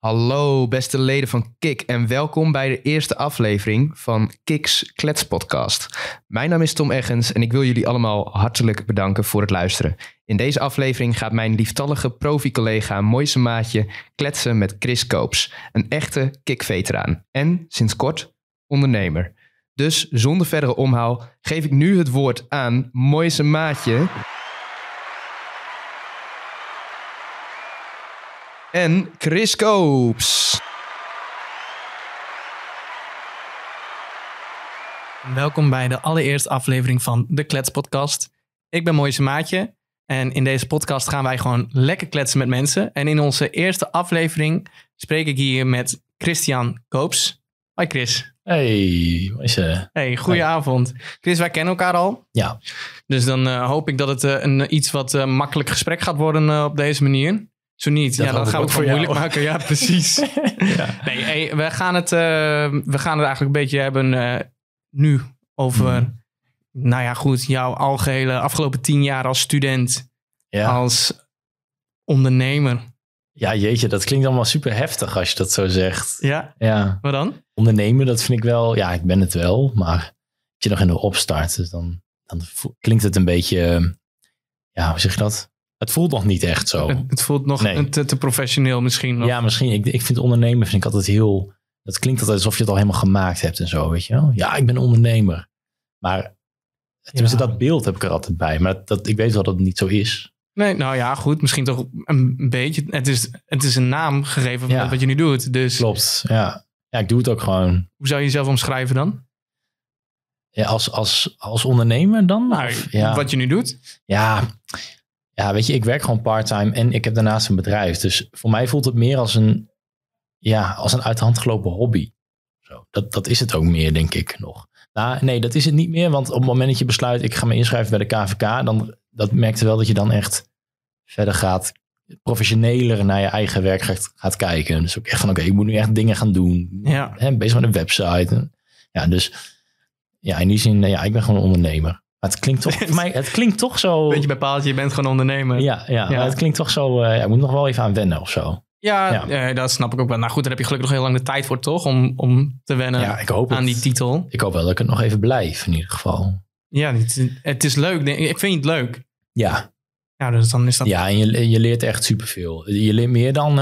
Hallo beste leden van Kik en welkom bij de eerste aflevering van Kik's Kletspodcast. Mijn naam is Tom Eggens en ik wil jullie allemaal hartelijk bedanken voor het luisteren. In deze aflevering gaat mijn lieftallige profi-collega Mooise Maatje kletsen met Chris Koops, een echte Kik-veteraan en sinds kort ondernemer. Dus zonder verdere omhaal geef ik nu het woord aan Mooise Maatje en Chris Koops. Welkom bij de allereerste aflevering van de Kletspodcast. Ik ben Mooise Maatje en in deze podcast gaan wij gewoon lekker kletsen met mensen. En in onze eerste aflevering spreek ik hier met Christian Koops. Hoi Chris. Hey, Mooise. Hey, goedenavond. Chris, wij kennen elkaar al. Ja. Dus dan hoop ik dat het een iets wat makkelijk gesprek gaat worden op deze manier. Zo niet, dat dan gaan we het gewoon moeilijk maken. Ja, precies. Ja. Nee, hey, we gaan het eigenlijk een beetje hebben nu over, nou ja goed, jouw algehele afgelopen 10 jaar als student, als ondernemer. Ja, jeetje, dat klinkt allemaal super heftig als je dat zo zegt. Ja. Wat dan? Ondernemen, dat vind ik wel, ja, ik ben het wel, maar als je nog in de opstart, dus dan klinkt het een beetje, hoe zeg je dat? Het voelt nog niet echt zo. Het voelt nog te professioneel misschien. Nog. Ja, misschien. Ik vind ondernemen vind ik altijd heel... Dat klinkt altijd alsof je het al helemaal gemaakt hebt en zo, weet je wel? Ja, ik ben ondernemer. Maar tenminste, dat beeld heb ik er altijd bij. Maar ik weet wel dat het niet zo is. Nee, nou ja, goed. Misschien toch een beetje. Het is een naam gegeven van wat je nu doet. Dus... Klopt, ja. Ja, ik doe het ook gewoon. Hoe zou je jezelf omschrijven dan? Ja, als ondernemer dan? Wat je nu doet? Ja, weet je, ik werk gewoon part-time en ik heb daarnaast een bedrijf. Dus voor mij voelt het meer als een uit de hand gelopen hobby. Zo, dat is het ook meer, denk ik nog. Nou, nee, dat is het niet meer. Want op het moment dat je besluit, ik ga me inschrijven bij de KVK, dan dat merkte wel dat je dan echt verder gaat, professioneler naar je eigen werk gaat kijken. Dus ook echt van, oké, ik moet nu echt dingen gaan doen. Ja. Bezig met een website. Ja, dus ja, in die zin, ik ben gewoon een ondernemer. Maar het klinkt toch voor mij, het klinkt toch zo... Beetje bij paaltje, je bent gewoon ondernemer. Ja. Maar het klinkt toch zo, ik moet nog wel even aan wennen of zo. Ja, dat snap ik ook wel. Nou goed, daar heb je gelukkig nog heel lang de tijd voor, toch? Om te wennen aan die titel. Ik hoop wel dat ik het nog even blijf, in ieder geval. Ja, het is leuk. Ik vind het leuk. Ja. Ja, dus dan is dat... Ja, en je leert echt superveel. Je leert meer dan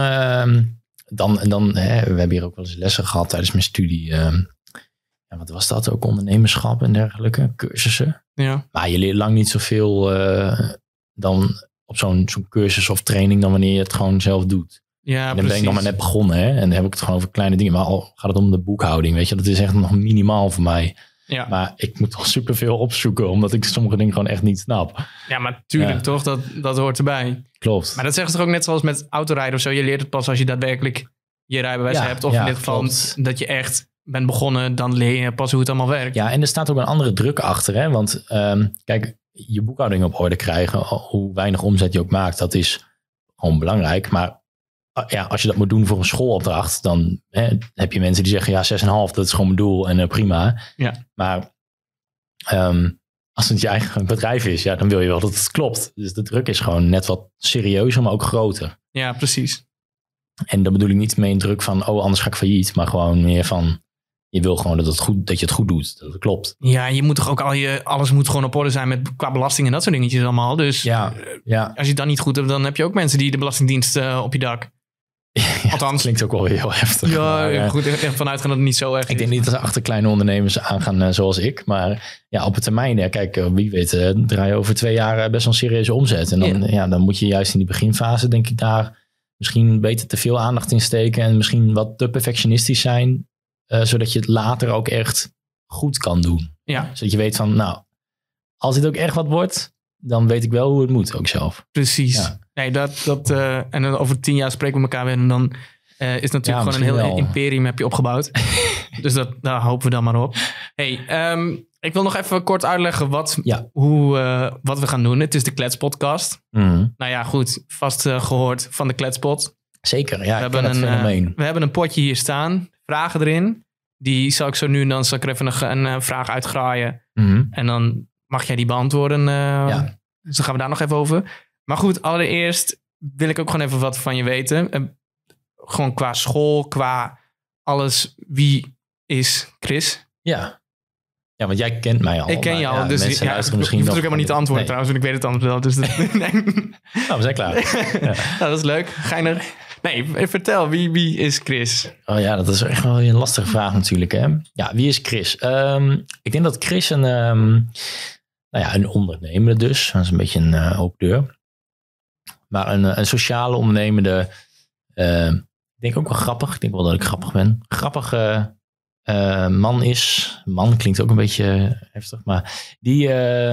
we hebben hier ook wel eens lessen gehad tijdens mijn studie. Wat was dat ook? Ondernemerschap en dergelijke, cursussen. Ja. Maar je leert lang niet zoveel dan op zo'n cursus of training dan wanneer je het gewoon zelf doet. Ja, en dan ben ik nog maar net begonnen, hè? En dan heb ik het gewoon over kleine dingen. Maar al gaat het om de boekhouding, weet je. Dat is echt nog minimaal voor mij. Ja. Maar ik moet al superveel opzoeken, omdat ik sommige dingen gewoon echt niet snap. Ja, maar tuurlijk toch, dat hoort erbij. Klopt. Maar dat zeggen ze toch ook net zoals met autorijden of zo. Je leert het pas als je daadwerkelijk je rijbewijs hebt. Of in dit geval dat je echt bent begonnen, dan leer je pas hoe het allemaal werkt. Ja, en er staat ook een andere druk achter. Hè? Want kijk, je boekhouding op orde krijgen, hoe weinig omzet je ook maakt, dat is gewoon belangrijk. Maar als je dat moet doen voor een schoolopdracht, dan heb je mensen die zeggen, 6,5, dat is gewoon mijn doel en prima. Ja. Maar als het je eigen bedrijf is, dan wil je wel dat het klopt. Dus de druk is gewoon net wat serieuzer, maar ook groter. Ja, precies. En daar bedoel ik niet mee een druk van, anders ga ik failliet. Maar gewoon meer van, je wil gewoon dat je het goed doet, dat het klopt. Ja, je moet toch ook alles moet gewoon op orde zijn qua belasting en dat soort dingetjes allemaal. Dus als je het dan niet goed hebt, dan heb je ook mensen die de Belastingdienst op je dak. Ja, althans, klinkt ook wel heel heftig. Ja, goed, echt vanuit gaan dat het niet zo erg is. Ik denk niet dat er achter kleine ondernemers aangaan zoals ik. Maar op het termijn, kijk, wie weet, draai je over 2 jaar best wel een serieuze omzet. En dan, dan moet je juist in die beginfase, denk ik, daar misschien beter te veel aandacht in steken. En misschien wat te perfectionistisch zijn. Zodat je het later ook echt goed kan doen. Ja. Zodat je weet van, als dit ook echt wat wordt, dan weet ik wel hoe het moet ook zelf. Precies. Ja. Nee, en dan over 10 jaar spreken we elkaar weer en dan is het natuurlijk gewoon een heel imperium heb je opgebouwd. Dus daar hopen we dan maar op. Hey, ik wil nog even kort uitleggen wat we gaan doen. Het is de Kletspodcast. Mm. Nou ja, goed. Vast gehoord van de Kletspot. Zeker, we hebben een potje hier staan. Vragen erin. Die zal ik zo nu en dan er even een vraag uitgraaien. Mm. En dan mag jij die beantwoorden. Dus dan gaan we daar nog even over. Maar goed, allereerst wil ik ook gewoon even wat van je weten. gewoon qua school, qua alles. Wie is Chris? Ja, want jij kent mij al. Ik ken jou al, dus mensen luisteren misschien je hoeft ook helemaal niet te antwoorden trouwens, want ik weet het antwoord wel. Dus nee. We zijn klaar. Nou, dat is leuk. Geinig. Nee, vertel, wie is Chris? Oh ja, dat is echt wel een lastige vraag natuurlijk. Hè? Ja, wie is Chris? Ik denk dat Chris een ondernemer dus. Dat is een beetje een open deur. Maar een sociale ondernemende... ik denk ook wel grappig. Ik denk wel dat ik grappig ben. Grappige man is. Man klinkt ook een beetje heftig. Maar die...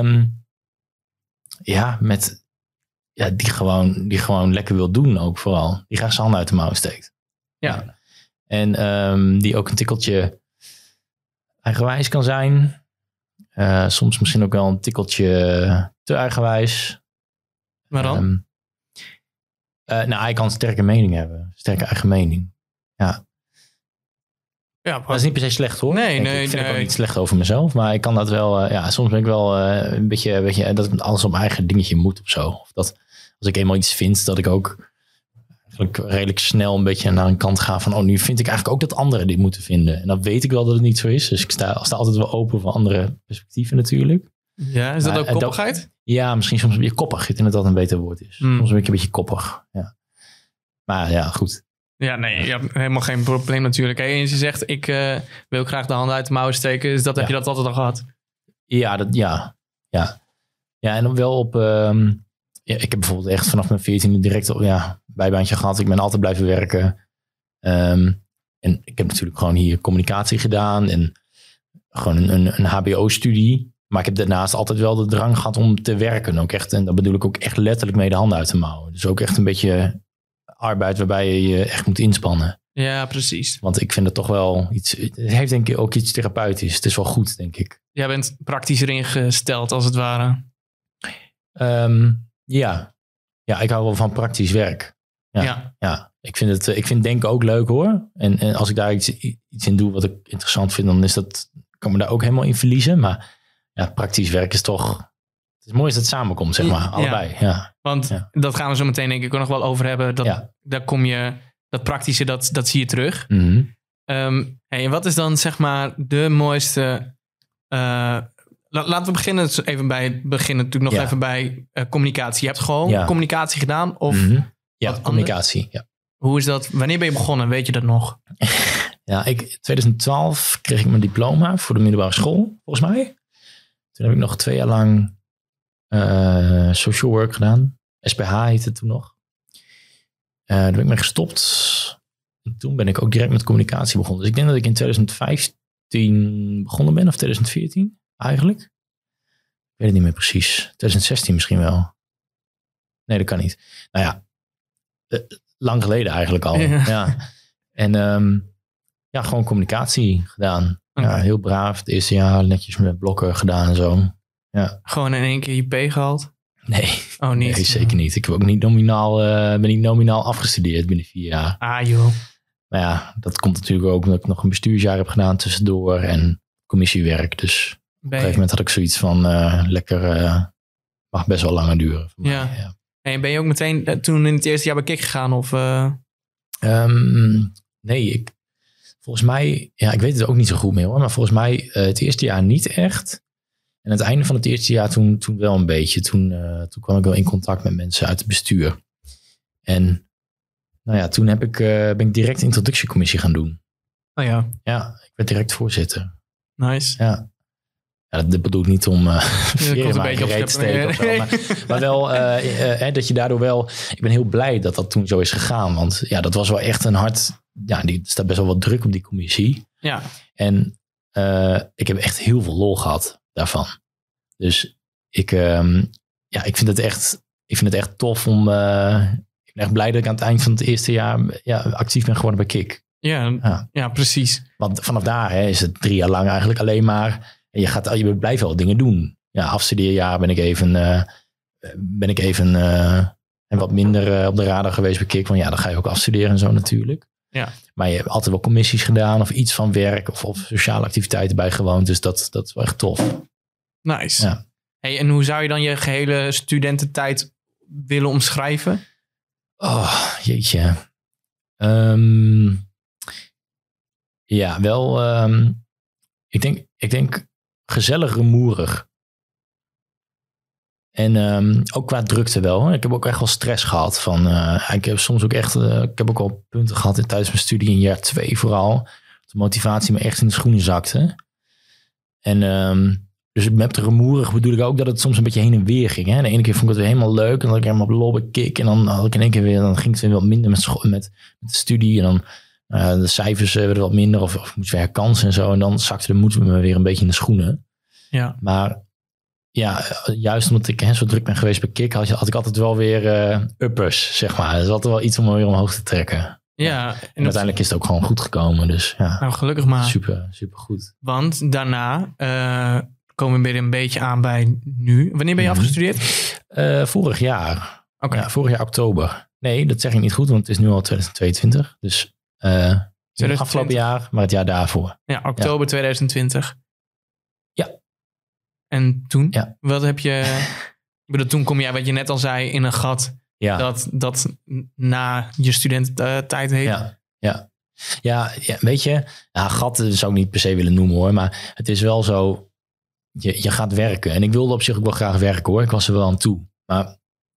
die gewoon lekker wil doen ook vooral. Die graag zijn handen uit de mouw steekt. Ja. En die ook een tikkeltje eigenwijs kan zijn. Soms misschien ook wel een tikkeltje te eigenwijs. Maar dan? Hij kan een sterke mening hebben. Sterke eigen mening. Ja. Ja, dat is niet per se slecht hoor. Nee. Ik vind het ook niet slecht over mezelf. Maar ik kan dat wel... soms ben ik wel een beetje... dat alles op mijn eigen dingetje moet of zo. Of dat als ik eenmaal iets vind, dat ik ook eigenlijk redelijk snel een beetje naar een kant ga van... nu vind ik eigenlijk ook dat anderen dit moeten vinden. En dan weet ik wel dat het niet zo is. Dus ik sta altijd wel open voor andere perspectieven natuurlijk. Ja, is dat ook koppigheid? Ja, misschien soms een beetje koppig. Ik denk dat dat een beter woord is. Soms een beetje koppig. Ja. Maar ja, goed. Ja, nee, je hebt helemaal geen probleem natuurlijk. En je zegt, ik wil graag de handen uit de mouwen steken. Dus heb je dat altijd al gehad? Ja. Ja, en dan wel op... ik heb bijvoorbeeld echt vanaf mijn 14e direct bijbaantje gehad. Ik ben altijd blijven werken. En ik heb natuurlijk gewoon hier communicatie gedaan. En gewoon een HBO-studie. Maar ik heb daarnaast altijd wel de drang gehad om te werken. Ook echt, en dat bedoel ik ook echt letterlijk mee de handen uit de mouwen. Dus ook echt een beetje... arbeid waarbij je je echt moet inspannen. Ja, precies. Want ik vind het toch wel iets... Het heeft denk ik ook iets therapeutisch. Het is wel goed, denk ik. Jij bent praktisch erin gesteld, als het ware. Ja, ik hou wel van praktisch werk. Ja. Ik vind denken ook leuk hoor. En als ik daar iets in doe wat ik interessant vind... dan kan me daar ook helemaal in verliezen. Maar ja, praktisch werk is toch... Het is mooi als het samenkomt, zeg maar. Allebei, ja. Want dat gaan we zo meteen denk ik ook nog wel over hebben. Daar kom je, dat praktische, dat zie je terug. Mm-hmm. En wat is dan zeg maar de mooiste... laten we beginnen even bij natuurlijk nog even bij communicatie. Je hebt gewoon communicatie gedaan? Of Ja, communicatie, ja. Hoe is dat? Wanneer ben je begonnen? Weet je dat nog? Ja, 2012 kreeg ik mijn diploma voor de middelbare school, volgens mij. Toen heb ik nog 2 jaar lang... social work gedaan. SPH heette het toen nog. Daar ben ik mee gestopt. En toen ben ik ook direct met communicatie begonnen. Dus ik denk dat ik in 2015 begonnen ben. Of 2014 eigenlijk. Ik weet het niet meer precies. 2016 misschien wel. Nee, dat kan niet. Nou ja. Lang geleden eigenlijk al. Ja. En gewoon communicatie gedaan. Okay. Ja, heel braaf. Het eerste jaar netjes met blokken gedaan en zo. Ja. Gewoon in 1 keer je P gehaald? Nee. Oh, niet? Nee, zeker niet. Ik heb ook niet nominaal afgestudeerd binnen 4 jaar. Ah, joh. Maar ja, dat komt natuurlijk ook omdat ik nog een bestuursjaar heb gedaan tussendoor en commissiewerk. Dus op een gegeven moment had ik zoiets van mag best wel langer duren. Voor mij, ja. En ben je ook meteen toen in het eerste jaar bij Kik gegaan? Of, nee, volgens mij, ik weet het ook niet zo goed meer hoor. Maar volgens mij het eerste jaar niet echt. En aan het einde van het eerste jaar toen wel een beetje. Toen kwam ik wel in contact met mensen uit het bestuur. En toen ben ik direct introductiecommissie gaan doen. Oh ja. Ja, ik werd direct voorzitter. Nice. Ja, dat bedoel ik niet om een beetje op te steken of zo. Maar wel dat je daardoor wel... Ik ben heel blij dat dat toen zo is gegaan. Want ja, dat was wel echt een hard... Ja, er staat best wel wat druk op die commissie. Ja. En ik heb echt heel veel lol gehad daarvan. Dus ik vind het echt tof om... ik ben echt blij dat ik aan het eind van het eerste jaar actief ben geworden bij Kik. Ja, precies. Want vanaf daar is het 3 jaar lang eigenlijk alleen maar... En je blijft wel dingen doen. Ja, afstudeerjaar ben ik even en wat minder op de radar geweest bij Kik. Want dan ga je ook afstuderen en zo natuurlijk. Ja. Maar je hebt altijd wel commissies gedaan of iets van werk of sociale activiteiten bijgewoond. Dus dat is wel echt tof. Nice. Ja. Hey, en hoe zou je dan je gehele studententijd willen omschrijven? Oh, jeetje. Ja, wel. Ik denk gezellig rumoerig. En ook qua drukte wel. Hoor. Ik heb ook echt wel stress gehad. Ik heb soms ook echt... ik heb ook al punten gehad tijdens mijn studie in jaar 2 vooral. De motivatie me echt in de schoenen zakte. En dus met de rumoerig bedoel ik ook dat het soms een beetje heen en weer ging. Hè. De ene keer vond ik het weer helemaal leuk. En dan had ik helemaal op lobben kick. En dan had ik in één keer weer... Dan ging het weer wat minder met de studie. En dan de cijfers werden wat minder. Of moest weer herkansen en zo. En dan zakte de moed me weer een beetje in de schoenen. Ja. Maar... Ja, juist omdat ik zo druk ben geweest bij Kik, had ik altijd wel weer uppers, zeg maar. Er is altijd wel iets om me weer omhoog te trekken. Ja. En uiteindelijk is het ook gewoon goed gekomen. Dus ja, nou, gelukkig maar. Super, super goed. Want daarna komen we weer een beetje aan bij nu. Wanneer ben je afgestudeerd? Vorig jaar. Okay. Ja, vorig jaar oktober. Nee, dat zeg ik niet goed, want het is nu al 2022. Dus het afgelopen jaar, maar het jaar daarvoor. Ja, oktober 2020. Ja. En toen? Ja. Wat heb je... Ik bedoel, toen kom jij, wat je net al zei, in een gat dat na je studententijd heet. Ja, weet je, gat zou ik niet per se willen noemen hoor, maar het is wel zo, je gaat werken. En ik wilde op zich ook wel graag werken hoor, ik was er wel aan toe. Maar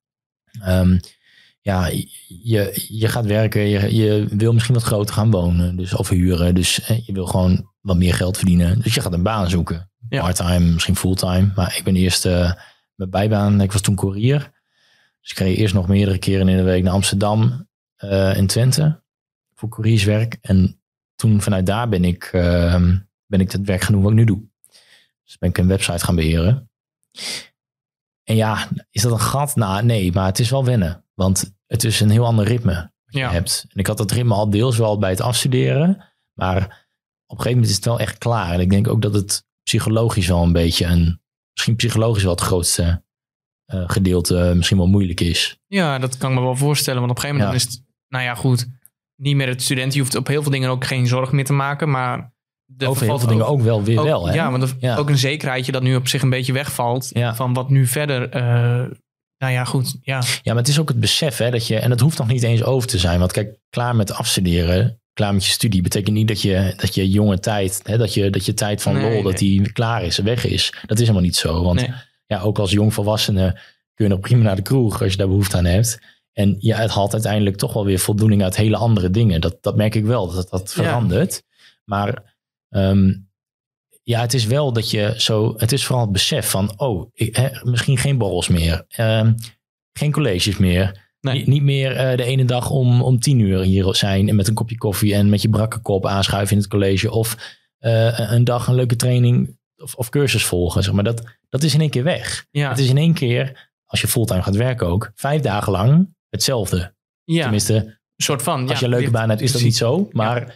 je gaat werken, je wil misschien wat groter gaan wonen, dus of huren. Dus je wil gewoon wat meer geld verdienen. Dus je gaat een baan zoeken. Ja. Part-time, misschien fulltime. Maar ik ben eerst mijn bijbaan, ik was toen koerier. Dus ik reed eerst nog meerdere keren in de week naar Amsterdam en Twente voor koerierswerk. En toen vanuit daar ben ik het werk gaan doen wat ik nu doe. Dus ben ik een website gaan beheren. En ja, is dat een gat? Nou, nee, maar het is wel wennen. Want het is een heel ander ritme wat je hebt. En ik had dat ritme al deels wel bij het afstuderen. Maar op een gegeven moment is het wel echt klaar. En ik denk ook dat het psychologisch wel een beetje misschien psychologisch wel het grootste gedeelte misschien wel moeilijk is. Ja, dat kan ik me wel voorstellen. Want op een gegeven moment is het, nou ja, goed, niet meer het student. Je hoeft op heel veel dingen ook geen zorg meer te maken. Maar over heel veel dingen ook wel weer wel. Hè? Ja, want ook een zekerheidje dat nu op zich een beetje wegvalt. Ja. Van wat nu verder... nou ja, goed. Ja, maar het is ook het besef hè, dat je... En dat hoeft nog niet eens over te zijn. Want kijk, klaar met afstuderen... Klaar met je studie betekent niet dat je jonge tijd, hè, dat je tijd van lol, dat die klaar is, weg is. Dat is helemaal niet zo. Want ook als jongvolwassene kun je nog prima naar de kroeg als je daar behoefte aan hebt. En het haalt uiteindelijk toch wel weer voldoening uit hele andere dingen. Dat merk ik wel, dat verandert. Maar het is wel dat je zo, het is vooral het besef van, misschien geen borrels meer, geen colleges meer. Nee. Niet meer de ene dag om 10 uur hier zijn en met een kopje koffie en met je brakke kop aanschuiven in het college. Of een dag een leuke training of cursus volgen. Zeg maar. Dat is in één keer weg. Ja. Het is in één keer, als je fulltime gaat werken ook, 5 dagen lang hetzelfde. Ja. Tenminste, een soort van. Als je een leuke baan hebt, is dat niet zo. Maar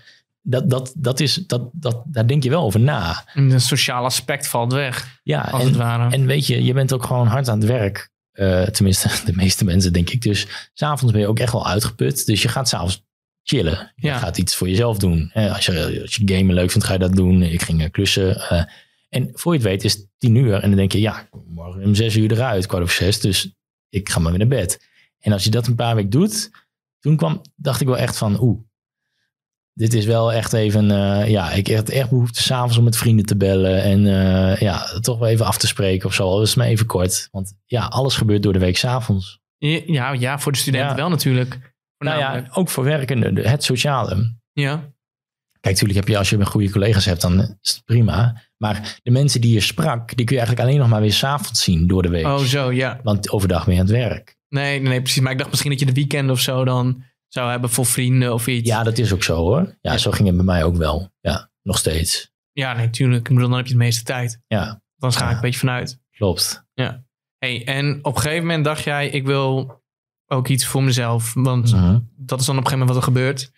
daar denk je wel over na. Het sociale aspect valt weg. Ja, als het ware. En weet je bent ook gewoon hard aan het werk. Tenminste, de meeste mensen denk ik. Dus 's avonds ben je ook echt wel uitgeput. Dus je gaat 's avonds chillen. Je gaat iets voor jezelf doen. Als je gamen leuk vindt, ga je dat doen. Ik ging klussen. En voor je het weet is het 10 uur. En dan denk je, morgen om 6 uur eruit. 5:15. Dus ik ga maar weer naar bed. En als je dat een paar weken doet. Toen dacht ik wel echt van, dit is wel echt even... ik had echt behoefte 's avonds om met vrienden te bellen. En toch wel even af te spreken of zo. Al is het maar even kort. Want alles gebeurt door de week 's avonds. Ja, voor de studenten wel natuurlijk. Ook voor werkenden. Het sociale. Ja. Kijk, natuurlijk heb je, als je goede collega's hebt, dan is het prima. Maar de mensen die je sprak, die kun je eigenlijk alleen nog maar weer 's avonds zien door de week. Oh, zo, ja. Want overdag ben je aan het werk. Nee, precies. Maar ik dacht misschien dat je de weekend of zo dan zou hebben voor vrienden of iets. Ja, dat is ook zo hoor. Ja, zo ging het bij mij ook wel. Ja, nog steeds. Ja, nee, tuurlijk. Ik bedoel, dan heb je de meeste tijd. Ja. Dan ga ik een beetje vanuit. Klopt. Ja. Hey, en op een gegeven moment dacht jij, ik wil ook iets voor mezelf. Want dat is dan op een gegeven moment wat er gebeurt.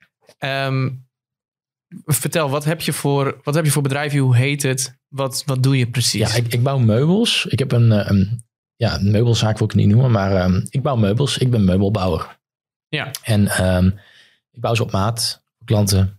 Vertel, wat heb je voor bedrijf? Hoe heet het? Wat doe je precies? Ja, ik bouw meubels. Ik heb een meubelzaak wil ik niet noemen, maar ik bouw meubels. Ik ben meubelbouwer. Ja. En ik bouw ze op maat voor klanten.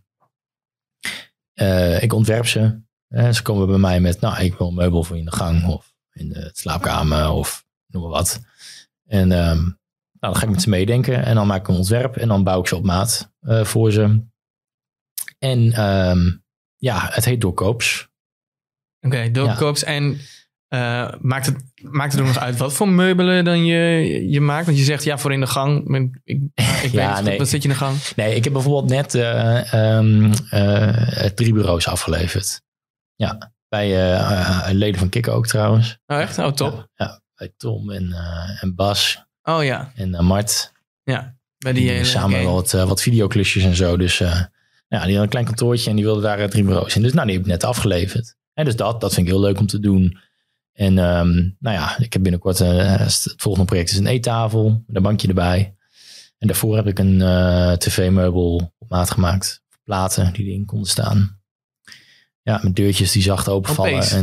Ik ontwerp ze. Ze komen bij mij met, ik wil een meubel voor in de gang of in de slaapkamer of noem maar wat. En dan ga ik met ze meedenken en dan maak ik een ontwerp en dan bouw ik ze op maat voor ze. En het heet Doorkoops. Oké, Doorkoops. En maakt het ook nog uit wat voor meubelen dan je maakt? Want je zegt voor in de gang. Ik weet niet, wat zit je in de gang? Nee, ik heb bijvoorbeeld net 3 bureaus afgeleverd. Ja, bij leden van Kik ook trouwens. Oh echt? Oh top. Ja, bij Tom en Bas. Oh ja. En Mart. Ja, bij die samen wel wat videoclusjes en zo. Dus die hadden een klein kantoortje en die wilden daar 3 bureaus in. Dus die heb ik net afgeleverd. En dus dat vind ik heel leuk om te doen. En ik heb binnenkort het volgende project is een eettafel met een bankje erbij. En daarvoor heb ik een tv-meubel op maat gemaakt. Platen die erin konden staan. Ja, met deurtjes die zacht openvallen. LP's?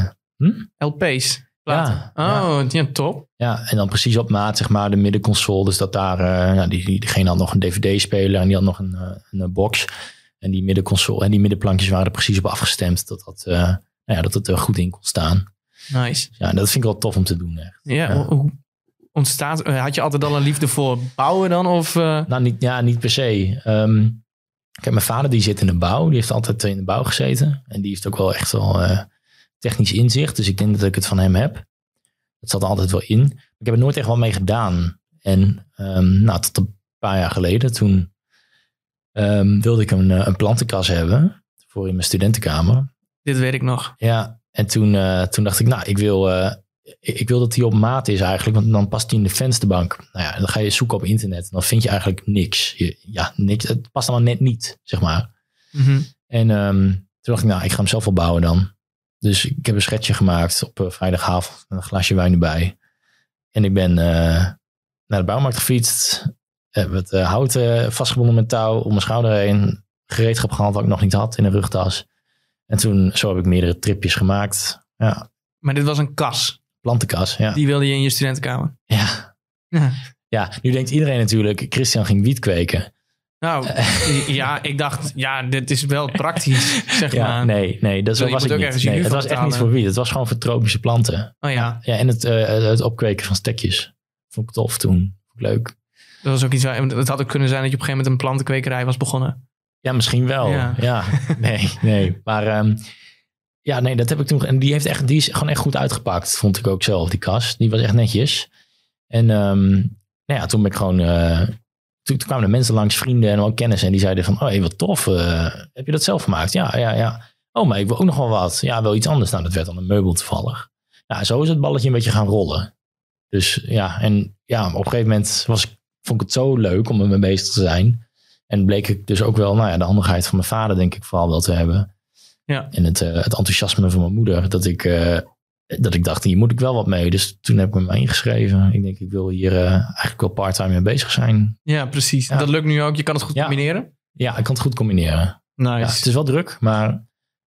LP's? Platen? Ja, top. Ja, en dan precies op maat, zeg maar, de middenconsole. Dus dat daar, diegene had nog een dvd-speler en die had nog een box. En die middenconsole en die middenplankjes waren er precies op afgestemd. Dat het er goed in kon staan. Nice. Ja, dat vind ik wel tof om te doen. Echt. Ja. Hoe had je altijd al een liefde voor bouwen dan? Of, niet per se. Kijk, mijn vader die zit in de bouw. Die heeft altijd in de bouw gezeten. En die heeft ook wel echt wel technisch inzicht. Dus ik denk dat ik het van hem heb. Dat zat er altijd wel in. Ik heb er nooit echt wel mee gedaan. En tot een paar jaar geleden. Toen wilde ik een plantenkas hebben. Voor in mijn studentenkamer. Dit weet ik nog. Ja, en toen dacht ik, ik wil dat die op maat is eigenlijk, want dan past die in de vensterbank. Nou ja, dan ga je zoeken op internet en dan vind je eigenlijk niks. Niks. Het past allemaal net niet, zeg maar. Mm-hmm. En toen dacht ik, ik ga hem zelf wel bouwen dan. Dus ik heb een schetsje gemaakt op vrijdagavond met een glasje wijn erbij. En ik ben naar de bouwmarkt gefietst. Heb het hout vastgebonden met touw om mijn schouder heen. Gereedschap gehaald wat ik nog niet had in een rugtas. En zo heb ik meerdere tripjes gemaakt. Ja. Maar dit was een kas? Plantenkas, ja. Die wilde je in je studentenkamer? Ja, nu denkt iedereen natuurlijk, Christian ging wiet kweken. Nou, ik dacht, dit is wel praktisch, zeg maar. Nee, dat was het niet. Nee, het was echt niet voor wiet. Het was gewoon voor tropische planten. Oh ja. Ja, en het opkweken van stekjes. Vond ik tof toen. Vond ik leuk. Dat was ook iets het had ook kunnen zijn dat je op een gegeven moment een plantenkwekerij was begonnen. Ja, misschien wel. Ja. Nee. Maar dat heb ik toen. En die is gewoon echt goed uitgepakt, vond ik ook zelf, die kas. Die was echt netjes. En toen ben ik gewoon. Toen kwamen er mensen langs, vrienden en ook kennissen. En die zeiden van, wat tof. Heb je dat zelf gemaakt? Ja. Oh, maar ik wil ook nog wel wat. Ja, wel iets anders. Nou, dat werd dan een meubel toevallig. Ja, zo is het balletje een beetje gaan rollen. Dus op een gegeven moment vond ik het zo leuk om ermee bezig te zijn. En bleek ik dus ook wel, de handigheid van mijn vader denk ik vooral wel te hebben. Ja. En het enthousiasme van mijn moeder. Dat ik dacht, hier moet ik wel wat mee. Dus toen heb ik me ingeschreven. Ik denk, ik wil hier eigenlijk wel part-time mee bezig zijn. Ja, precies. Ja. Dat lukt nu ook. Je kan het goed combineren? Ja, ik kan het goed combineren. Nice. Ja, het is wel druk, maar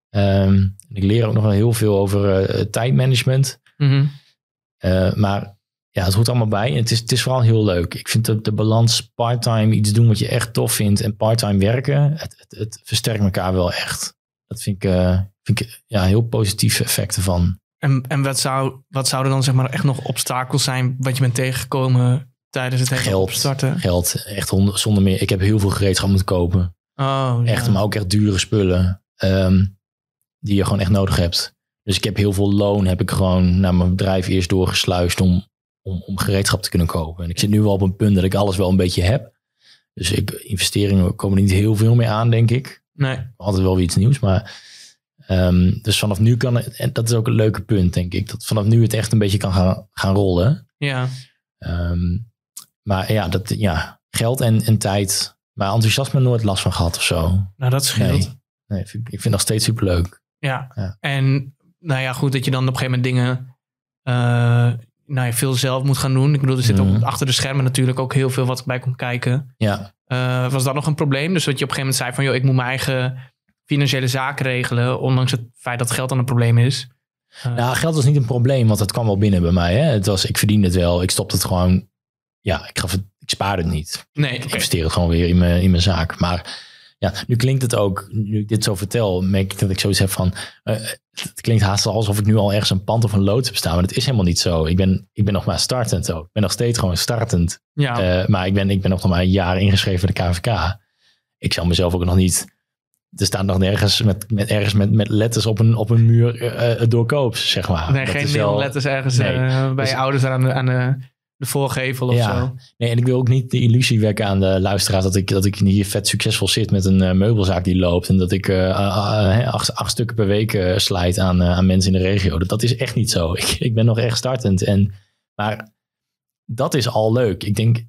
ik leer ook nog wel heel veel over tijdmanagement. Mm-hmm. Maar het hoort allemaal bij. En het is vooral heel leuk. Ik vind de balans part-time iets doen wat je echt tof vindt en part-time werken. Het versterkt elkaar wel echt. Dat vind ik heel positieve effecten van. En wat zouden dan zeg maar echt nog obstakels zijn wat je bent tegengekomen tijdens het hele opstarten? Geld, echt zonder meer. Ik heb heel veel gereedschap moeten kopen. Oh, echt, maar ook echt dure spullen die je gewoon echt nodig hebt. Dus ik heb heel veel loon, heb ik gewoon naar mijn bedrijf eerst doorgesluist om gereedschap te kunnen kopen. En ik zit nu wel op een punt dat ik alles wel een beetje heb. Dus investeringen komen er niet heel veel meer aan, denk ik. Nee. Altijd wel weer iets nieuws, maar dus vanaf nu kan het, en dat is ook een leuke punt, denk ik, dat vanaf nu het echt een beetje kan gaan rollen. Ja. Maar geld en tijd, maar enthousiasme nooit last van gehad of zo. Nou, dat scheelt. Nee, ik vind het nog steeds superleuk. Ja. En goed dat je dan op een gegeven moment dingen veel zelf moet gaan doen. Ik bedoel, er zit ook achter de schermen natuurlijk ook heel veel wat bij komt kijken. Ja. Was dat nog een probleem? Dus dat je op een gegeven moment zei van, ik moet mijn eigen financiële zaken regelen, ondanks het feit dat geld dan een probleem is. Geld was niet een probleem, want het kwam wel binnen bij mij. Hè? Ik verdiende het wel. Ik stopte het gewoon. Ja, ik spaarde het niet. Nee, ik investeer het gewoon weer in mijn zaak. Maar Ja, nu klinkt het ook, nu ik dit zo vertel, merk ik dat ik zoiets heb van, het klinkt haast alsof ik nu al ergens een pand of een loods heb staan, maar dat is helemaal niet zo. Ik ben nog maar startend ook. Ik ben nog steeds gewoon startend. Ja. Maar ik ben nog maar een jaar ingeschreven bij de KVK. Ik zou mezelf ook nog niet, er staat nog nergens met letters op een muur doorkoops, zeg maar. Nee, dat geen neonletters ergens bij je ouders aan de voorgevel of zo. Nee, en ik wil ook niet de illusie wekken aan de luisteraars dat ik hier vet succesvol zit met een meubelzaak die loopt en dat ik 8 stukken per week slijt aan mensen in de regio. Dat is echt niet zo. Ik ben nog echt startend. Maar dat is al leuk. Ik denk,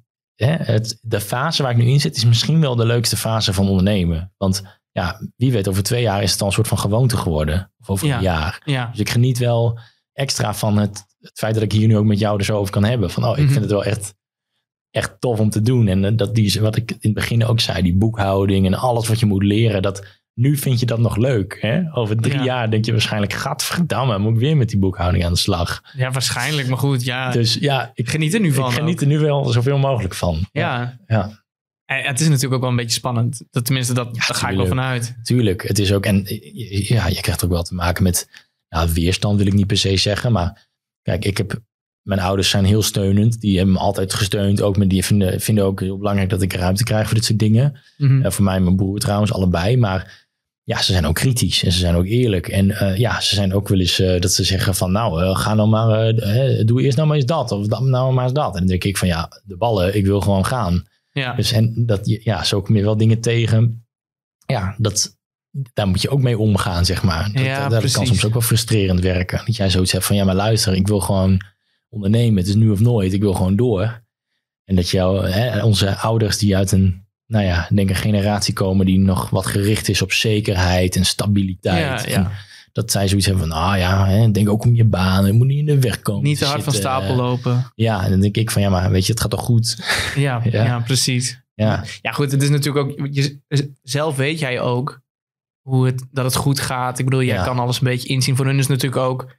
de fase waar ik nu in zit is misschien wel de leukste fase van ondernemen. Want ja, wie weet, over 2 jaar is het al een soort van gewoonte geworden. Of over een jaar. Ja. Dus ik geniet wel extra van het feit dat ik hier nu ook met jou er zo over kan hebben. Van, ik vind het wel echt tof om te doen. En wat ik in het begin ook zei, die boekhouding en alles wat je moet leren. Nu vind je dat nog leuk. Hè? Over 3 jaar denk je waarschijnlijk, gadverdamme, moet ik weer met die boekhouding aan de slag. Ja, waarschijnlijk. Maar goed, ja. Dus ja, ik geniet er nu van. Ik geniet er nu wel zoveel mogelijk van. Ja. Het is natuurlijk ook wel een beetje spannend. Tenminste, daar ga ik wel vanuit. Tuurlijk. Het is ook, en ja, je krijgt ook wel te maken met weerstand, wil ik niet per se zeggen. Maar kijk, mijn ouders zijn heel steunend. Die hebben me altijd gesteund. Ook die vinden ook heel belangrijk dat ik ruimte krijg voor dit soort dingen. Mm-hmm. Voor mij en mijn broer trouwens, allebei. Maar ja, ze zijn ook kritisch en ze zijn ook eerlijk. En ze zijn ook wel eens dat ze zeggen van ga nou maar, doe eerst nou maar eens dat. Of nou maar eens dat. En dan denk ik van de ballen, ik wil gewoon gaan. Ja. Dus en zo kom je wel dingen tegen. Ja, daar moet je ook mee omgaan, zeg maar. Dat kan soms ook wel frustrerend werken. Dat jij zoiets hebt van, maar luister, ik wil gewoon ondernemen. Het is nu of nooit. Ik wil gewoon door. En dat onze ouders die uit een generatie komen die nog wat gericht is op zekerheid en stabiliteit. Ja. En dat zij zoiets hebben van, denk ook om je baan. Je moet niet in de weg komen. Niet te hard van stapel lopen. Ja, en dan denk ik van, maar weet je, het gaat toch goed? Ja, precies. Ja, goed, het is natuurlijk ook, zelf weet jij ook dat het goed gaat. Ik bedoel, jij kan alles een beetje inzien. Voor hun is natuurlijk ook,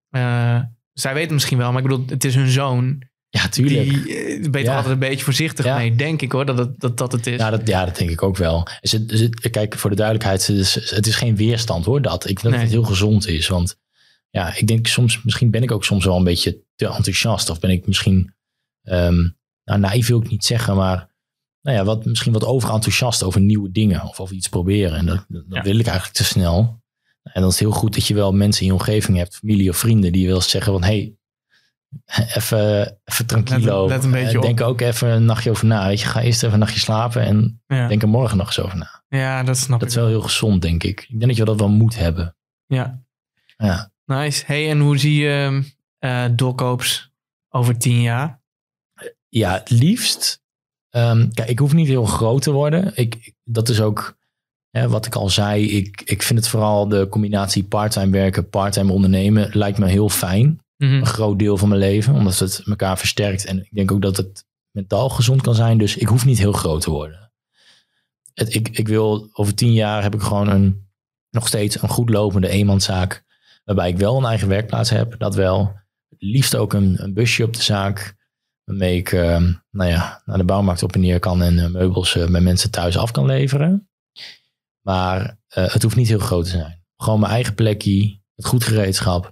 zij weten misschien wel, maar ik bedoel, het is hun zoon. Ja, tuurlijk. Die ben je toch altijd een beetje voorzichtig mee, denk ik hoor, dat het is. Dat denk ik ook wel. Kijk, voor de duidelijkheid, het is geen weerstand hoor, ik denk dat het heel gezond is. Want ik denk misschien ben ik ook soms wel een beetje te enthousiast. Of ben ik misschien, naïef wil ik niet zeggen, maar misschien wat overenthousiast over nieuwe dingen. Of over iets proberen. En dat wil ik eigenlijk te snel. En dan is het heel goed dat je wel mensen in je omgeving hebt, familie of vrienden, die wel zeggen van, even tranquilo. Let een beetje denk ook even een nachtje over na. Weet je, ga eerst even een nachtje slapen en denk er morgen nog eens over na. Ja, dat snap ik. Dat is wel heel gezond, denk ik. Ik denk dat je dat wel moet hebben. Ja. Nice. Hey, en hoe zie je doorkoops over 10 jaar? Ja, het liefst. Kijk, ik hoef niet heel groot te worden. Dat is ook wat ik al zei. Ik vind het vooral de combinatie parttime werken, parttime ondernemen lijkt me heel fijn. Mm-hmm. Een groot deel van mijn leven, omdat het elkaar versterkt. En ik denk ook dat het mentaal gezond kan zijn. Dus ik hoef niet heel groot te worden. Ik wil, over 10 jaar heb ik gewoon nog steeds een goed lopende eenmanszaak. Waarbij ik wel een eigen werkplaats heb. Dat wel. Het liefst ook een busje op de zaak. Waarmee ik naar de bouwmarkt op en neer kan. En meubels bij mensen thuis af kan leveren. Maar het hoeft niet heel groot te zijn. Gewoon mijn eigen plekje. Het goed gereedschap.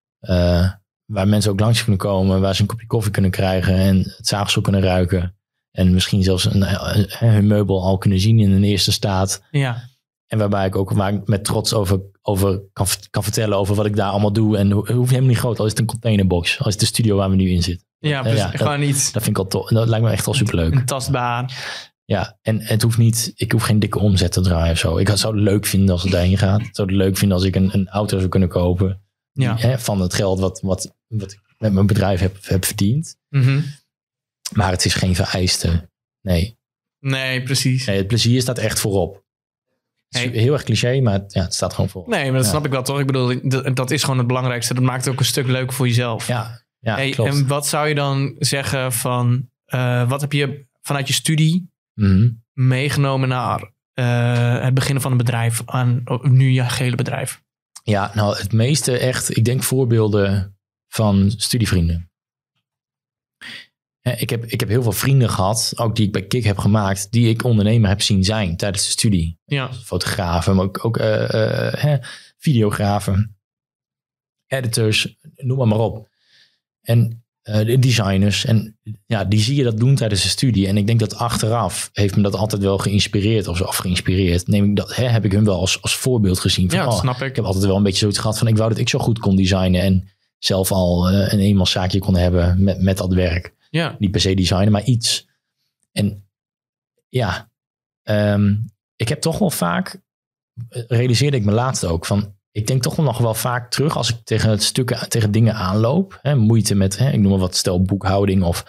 Waar mensen ook langs kunnen komen. Waar ze een kopje koffie kunnen krijgen. En het zaagsel kunnen ruiken. En misschien zelfs hun meubel al kunnen zien in een eerste staat. Ja. En waar ik met trots over kan vertellen over wat ik daar allemaal doe. En het hoeft helemaal niet groot. Al is het een containerbox. Al is het de studio waar we nu in zitten. Ja, precies. Gewoon iets. Dat vind ik al tof. Dat lijkt me echt al superleuk. Een tastbaar. Ja, en het hoeft niet. Ik hoef geen dikke omzet te draaien of zo. Ik zou het leuk vinden als het daarheen gaat. Ik zou het leuk vinden als ik een auto zou kunnen kopen. Ja. Van het geld wat ik met mijn bedrijf heb verdiend. Mm-hmm. Maar het is geen vereiste. Nee, precies. Het plezier staat echt voorop. Het is heel erg cliché, maar het staat gewoon voorop. Nee, maar dat snap ik wel toch. Ik bedoel, dat is gewoon het belangrijkste. Dat maakt het ook een stuk leuker voor jezelf. Ja, klopt. En wat zou je dan zeggen van, wat heb je vanuit je studie meegenomen naar het beginnen van een bedrijf, aan nu je gehele bedrijf? Ja, nou het meeste echt, ik denk voorbeelden van studievrienden. Ik heb heel veel vrienden gehad, ook die ik bij Kik heb gemaakt, die ik ondernemer heb zien zijn tijdens de studie. Ja. Fotografen, maar ook videografen, editors, noem maar op. En de designers. En ja, die zie je dat doen tijdens de studie. En ik denk dat achteraf heeft me dat altijd wel geïnspireerd of geïnspireerd. Heb ik hun wel als voorbeeld gezien. Van, dat snap ik. Ik heb altijd wel een beetje zoiets gehad van ik wou dat ik zo goed kon designen en zelf al een eenmanszaakje kon hebben met dat werk. Ja. Niet per se designen, maar iets. En ja, ik heb toch wel vaak, realiseerde ik me laatst ook, van ik denk toch nog wel vaak terug als ik tegen dingen aanloop. Moeite met, ik noem maar wat, stel boekhouding of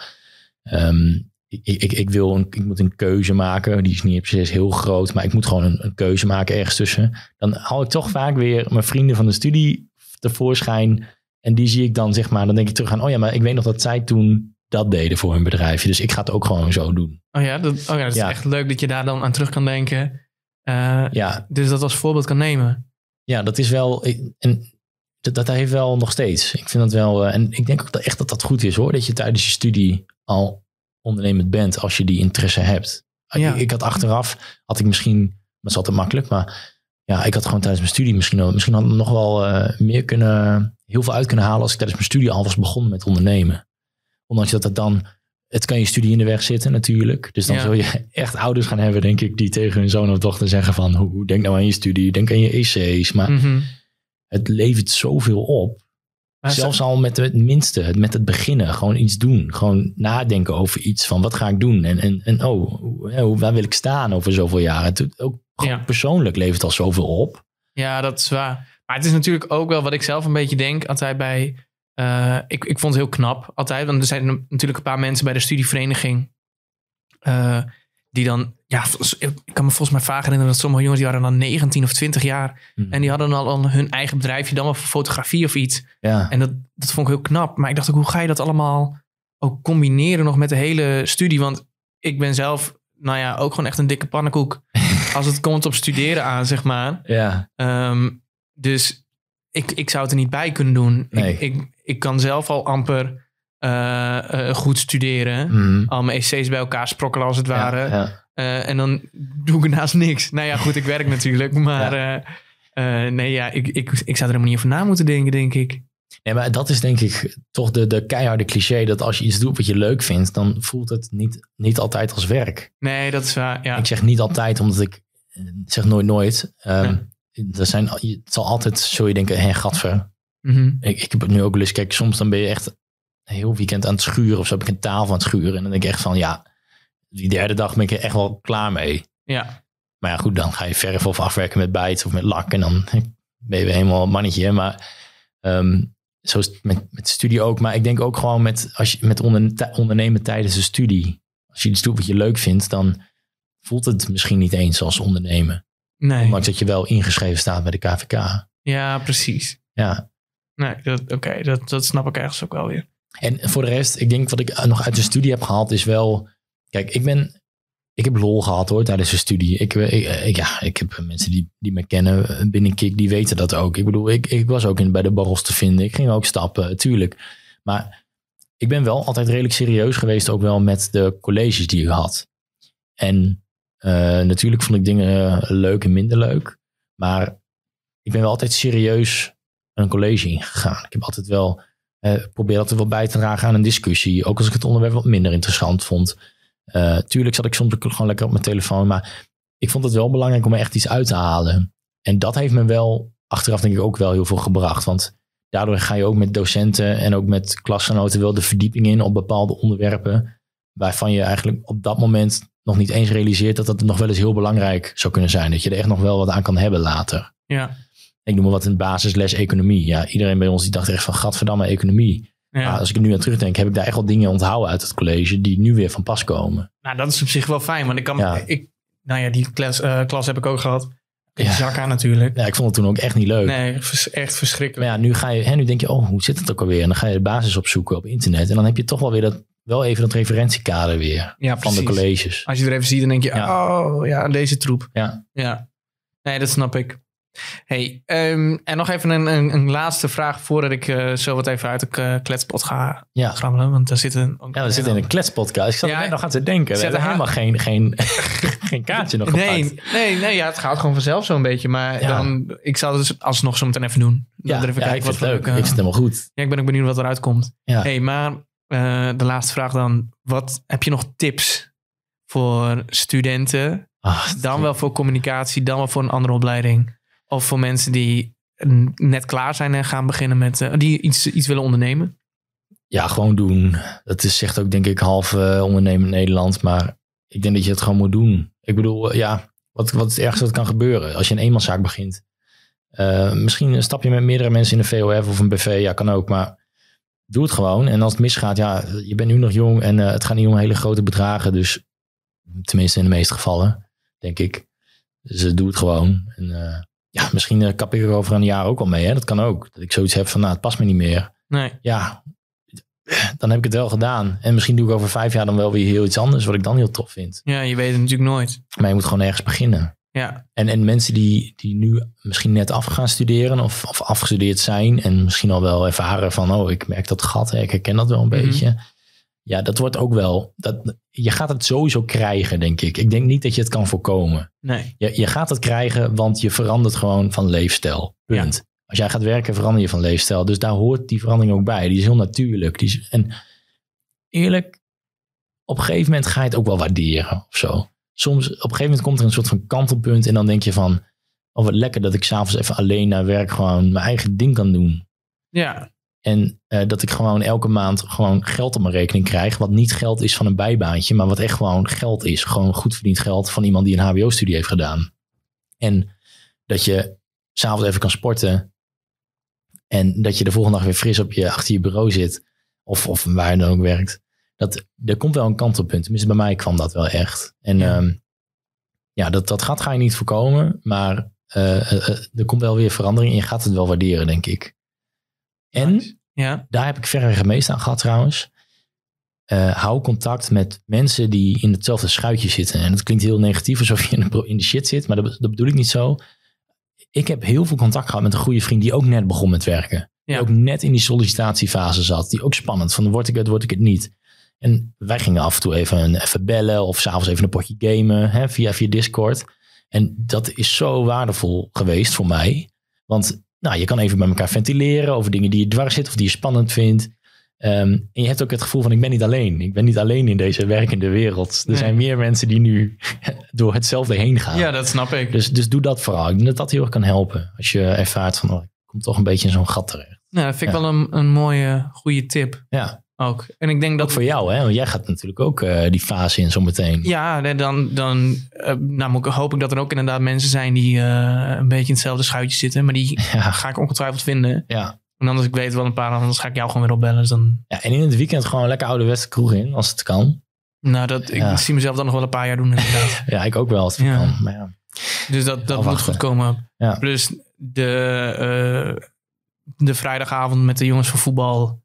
ik moet een keuze maken. Die is niet precies heel groot, maar ik moet gewoon een keuze maken ergens tussen. Dan haal ik toch vaak weer mijn vrienden van de studie tevoorschijn. En die zie ik dan, zeg maar, dan denk ik terug aan, maar ik weet nog dat zij toen dat deden voor hun bedrijfje. Dus ik ga het ook gewoon zo doen. Dat is echt leuk dat je daar dan aan terug kan denken. Dus dat als voorbeeld kan nemen. Ja, dat is wel... En dat heeft wel nog steeds. Ik vind dat wel... en ik denk ook echt dat goed is, hoor. Dat je tijdens je studie al ondernemend bent als je die interesse hebt. Ja. Ik had achteraf, misschien... Dat is altijd makkelijk, maar ja, ik had gewoon tijdens mijn studie misschien had ik nog wel heel veel uit kunnen halen als ik tijdens mijn studie al was begonnen met ondernemen. Ondanks dat het dan... Het kan je studie in de weg zitten natuurlijk. Dus dan zul je echt ouders gaan hebben, denk ik, die tegen hun zoon of dochter zeggen van, hoe denk nou aan je studie, denk aan je EC's. Maar het levert zoveel op. Maar zelfs al met het minste, met het beginnen, gewoon iets doen. Gewoon nadenken over iets van, wat ga ik doen? Waar wil ik staan over zoveel jaren? Ook persoonlijk levert al zoveel op. Ja, dat is waar. Maar het is natuurlijk ook wel wat ik zelf een beetje denk, altijd bij... Ik vond het heel knap altijd. Want er zijn natuurlijk een paar mensen bij de studievereniging die dan... Ja, ik kan me volgens mij vaak herinneren dat sommige jongens die waren dan 19 of 20 jaar. En die hadden al hun eigen bedrijfje, dan wel voor fotografie of iets. Ja. En dat vond ik heel knap. Maar ik dacht ook, hoe ga je dat allemaal ook combineren nog met de hele studie? Want ik ben zelf, ook gewoon echt een dikke pannenkoek als het komt op studeren aan, zeg maar. Ja. Dus ik zou het er niet bij kunnen doen. Nee. Ik kan zelf al amper goed studeren. Al mijn EC's bij elkaar sprokkelen als het ware. Ja. En dan doe ik ernaast niks. Goed, ik werk natuurlijk. Maar ik zou er helemaal niet over na moeten denken, denk ik. Nee, maar dat is denk ik toch de keiharde cliché. Dat als je iets doet wat je leuk vindt, dan voelt het niet altijd als werk. Nee, dat is waar. Ja. Ik zeg niet altijd, omdat ik zeg nooit. Het zal altijd, zul je denken, gadver. Ik heb het nu ook wel eens, kijk, soms dan ben je echt een heel weekend aan het schuren of zo, heb ik een tafel aan het schuren en dan denk ik echt van, die derde dag ben ik er echt wel klaar mee. Ja. Maar ja, goed, dan ga je verf of afwerken met bijt of met lak en dan ben je weer helemaal een mannetje. Maar zo is het met studie ook. Maar ik denk ook gewoon met ondernemen tijdens de studie. Als je iets doet wat je leuk vindt, dan voelt het misschien niet eens als ondernemen. Nee. Ondanks dat je wel ingeschreven staat bij de KVK. Ja, precies. Ja. Nee, dat snap ik ergens ook wel weer. En voor de rest, ik denk wat ik nog uit de studie heb gehaald is wel... Kijk, ik heb lol gehad hoor tijdens de studie. Ik heb mensen die me kennen binnen Kik, die weten dat ook. Ik bedoel, ik was ook bij de borrels te vinden. Ik ging ook stappen, tuurlijk. Maar ik ben wel altijd redelijk serieus geweest ook wel met de colleges die ik had. En natuurlijk vond ik dingen leuk en minder leuk. Maar ik ben wel altijd serieus een college ingegaan. Ik heb altijd wel probeer altijd wel bij te dragen aan een discussie. Ook als ik het onderwerp wat minder interessant vond. Tuurlijk zat ik soms ook gewoon lekker op mijn telefoon. Maar ik vond het wel belangrijk om er echt iets uit te halen. En dat heeft me wel achteraf denk ik ook wel heel veel gebracht. Want daardoor ga je ook met docenten en ook met klasgenoten wel de verdieping in op bepaalde onderwerpen. Waarvan je eigenlijk op dat moment nog niet eens realiseert dat nog wel eens heel belangrijk zou kunnen zijn. Dat je er echt nog wel wat aan kan hebben later. Ja. Ik noem maar wat een basisles economie. Ja, iedereen bij ons die dacht echt van gadverdamme economie. Ja. Maar als ik er nu aan terugdenk, heb ik daar echt wel dingen onthouden uit het college die nu weer van pas komen. Nou, dat is op zich wel fijn. Want die klas heb ik ook gehad. Zak aan natuurlijk. Ja, ik vond het toen ook echt niet leuk. Nee, echt verschrikkelijk. Maar ja, nu denk je, hoe zit het ook alweer? En dan ga je de basis opzoeken op internet. En dan heb je toch wel weer even dat referentiekader weer van de colleges. Als je er even ziet, dan denk je, deze troep. Ja. Nee, dat snap ik. Hey, en nog even een laatste vraag voordat ik zo wat even uit de kletspot ga grabbelen. Want daar zitten ook we zitten in een kletspodcast. Ik zat er net nog aan te denken. We hebben helemaal geen kaartje nog gepakt. Nee, het gaat gewoon vanzelf zo'n beetje. Maar dan, ik zal het dus alsnog zo meteen even doen. Dan even kijken ik vind het leuk. Ik vind het helemaal goed. Ja, ik ben ook benieuwd wat eruit komt. Ja. Hey, maar de laatste vraag dan. Heb je nog tips voor studenten? Dan wel voor communicatie, dan wel voor een andere opleiding? Of voor mensen die net klaar zijn en gaan beginnen met... die iets willen ondernemen? Ja, gewoon doen. Dat zegt ook denk ik half ondernemen in Nederland. Maar ik denk dat je het gewoon moet doen. Ik bedoel, wat is het ergste wat kan gebeuren? Als je een eenmanszaak begint. Misschien stap je met meerdere mensen in een VOF of een BV. Ja, kan ook. Maar doe het gewoon. En als het misgaat, je bent nu nog jong. En het gaat niet om hele grote bedragen. Dus tenminste in de meeste gevallen, denk ik. Dus doe het gewoon. En... misschien kap ik er over een jaar ook al mee. Hè? Dat kan ook. Dat ik zoiets heb van, het past me niet meer. Nee. Ja, dan heb ik het wel gedaan. En misschien doe ik over 5 jaar dan wel weer heel iets anders... wat ik dan heel tof vind. Ja, je weet het natuurlijk nooit. Maar je moet gewoon ergens beginnen. Ja. En mensen die nu misschien net af gaan studeren... of afgestudeerd zijn... en misschien al wel ervaren van... ik merk dat gat, ik herken dat wel een beetje... Ja, dat wordt ook wel... je gaat het sowieso krijgen, denk ik. Ik denk niet dat je het kan voorkomen. Nee. Je gaat het krijgen, want je verandert gewoon van leefstijl. Punt. Ja. Als jij gaat werken, verander je van leefstijl. Dus daar hoort die verandering ook bij. Die is heel natuurlijk. En eerlijk, op een gegeven moment ga je het ook wel waarderen of zo. Soms, op een gegeven moment komt er een soort van kantelpunt... en dan denk je van... wat lekker dat ik 's avonds even alleen naar werk... gewoon mijn eigen ding kan doen. Ja. En dat ik gewoon elke maand gewoon geld op mijn rekening krijg. Wat niet geld is van een bijbaantje. Maar wat echt gewoon geld is. Gewoon goed verdiend geld van iemand die een hbo-studie heeft gedaan. En dat je 's avonds even kan sporten. En dat je de volgende dag weer fris achter je bureau zit. Of waar je dan ook werkt. Er komt wel een kantelpunt. Tenminste bij mij kwam dat wel echt. En dat ga je niet voorkomen. Maar er komt wel weer verandering. En je gaat het wel waarderen, denk ik. En daar heb ik verreweg het meest aan gehad trouwens. Hou contact met mensen die in hetzelfde schuitje zitten. En dat klinkt heel negatief, alsof je in de shit zit. Maar dat bedoel ik niet zo. Ik heb heel veel contact gehad met een goede vriend... die ook net begon met werken. Die ook net in die sollicitatiefase zat. Die ook spannend, van word ik het niet. En wij gingen af en toe even bellen... of 's avonds even een potje gamen via Discord. En dat is zo waardevol geweest voor mij. Want... je kan even met elkaar ventileren over dingen die je dwars zit of die je spannend vindt. En je hebt ook het gevoel van ik ben niet alleen. Ik ben niet alleen in deze werkende wereld. Er zijn meer mensen die nu door hetzelfde heen gaan. Ja, dat snap ik. Dus doe dat vooral. Ik denk dat dat heel erg kan helpen. Als je ervaart van ik kom toch een beetje in zo'n gat terecht. Nou, dat vind ik wel een mooie, goede tip. Ja. Ook. En ik denk dat ook voor jou, hè? Want jij gaat natuurlijk ook die fase in zometeen. Ja, dan hoop ik dat er ook inderdaad mensen zijn die een beetje in hetzelfde schuitje zitten. Maar die ga ik ongetwijfeld vinden. Ja. En anders, ik weet wel een paar, anders ga ik jou gewoon weer opbellen. Dus dan... Ja, en in het weekend gewoon lekker ouderwetse kroeg in, als het kan. Nou, ik zie mezelf dan nog wel een paar jaar doen inderdaad. Ja, ik ook wel als het kan. Maar dus dat moet goed komen. Ja. Plus de vrijdagavond met de jongens van voetbal...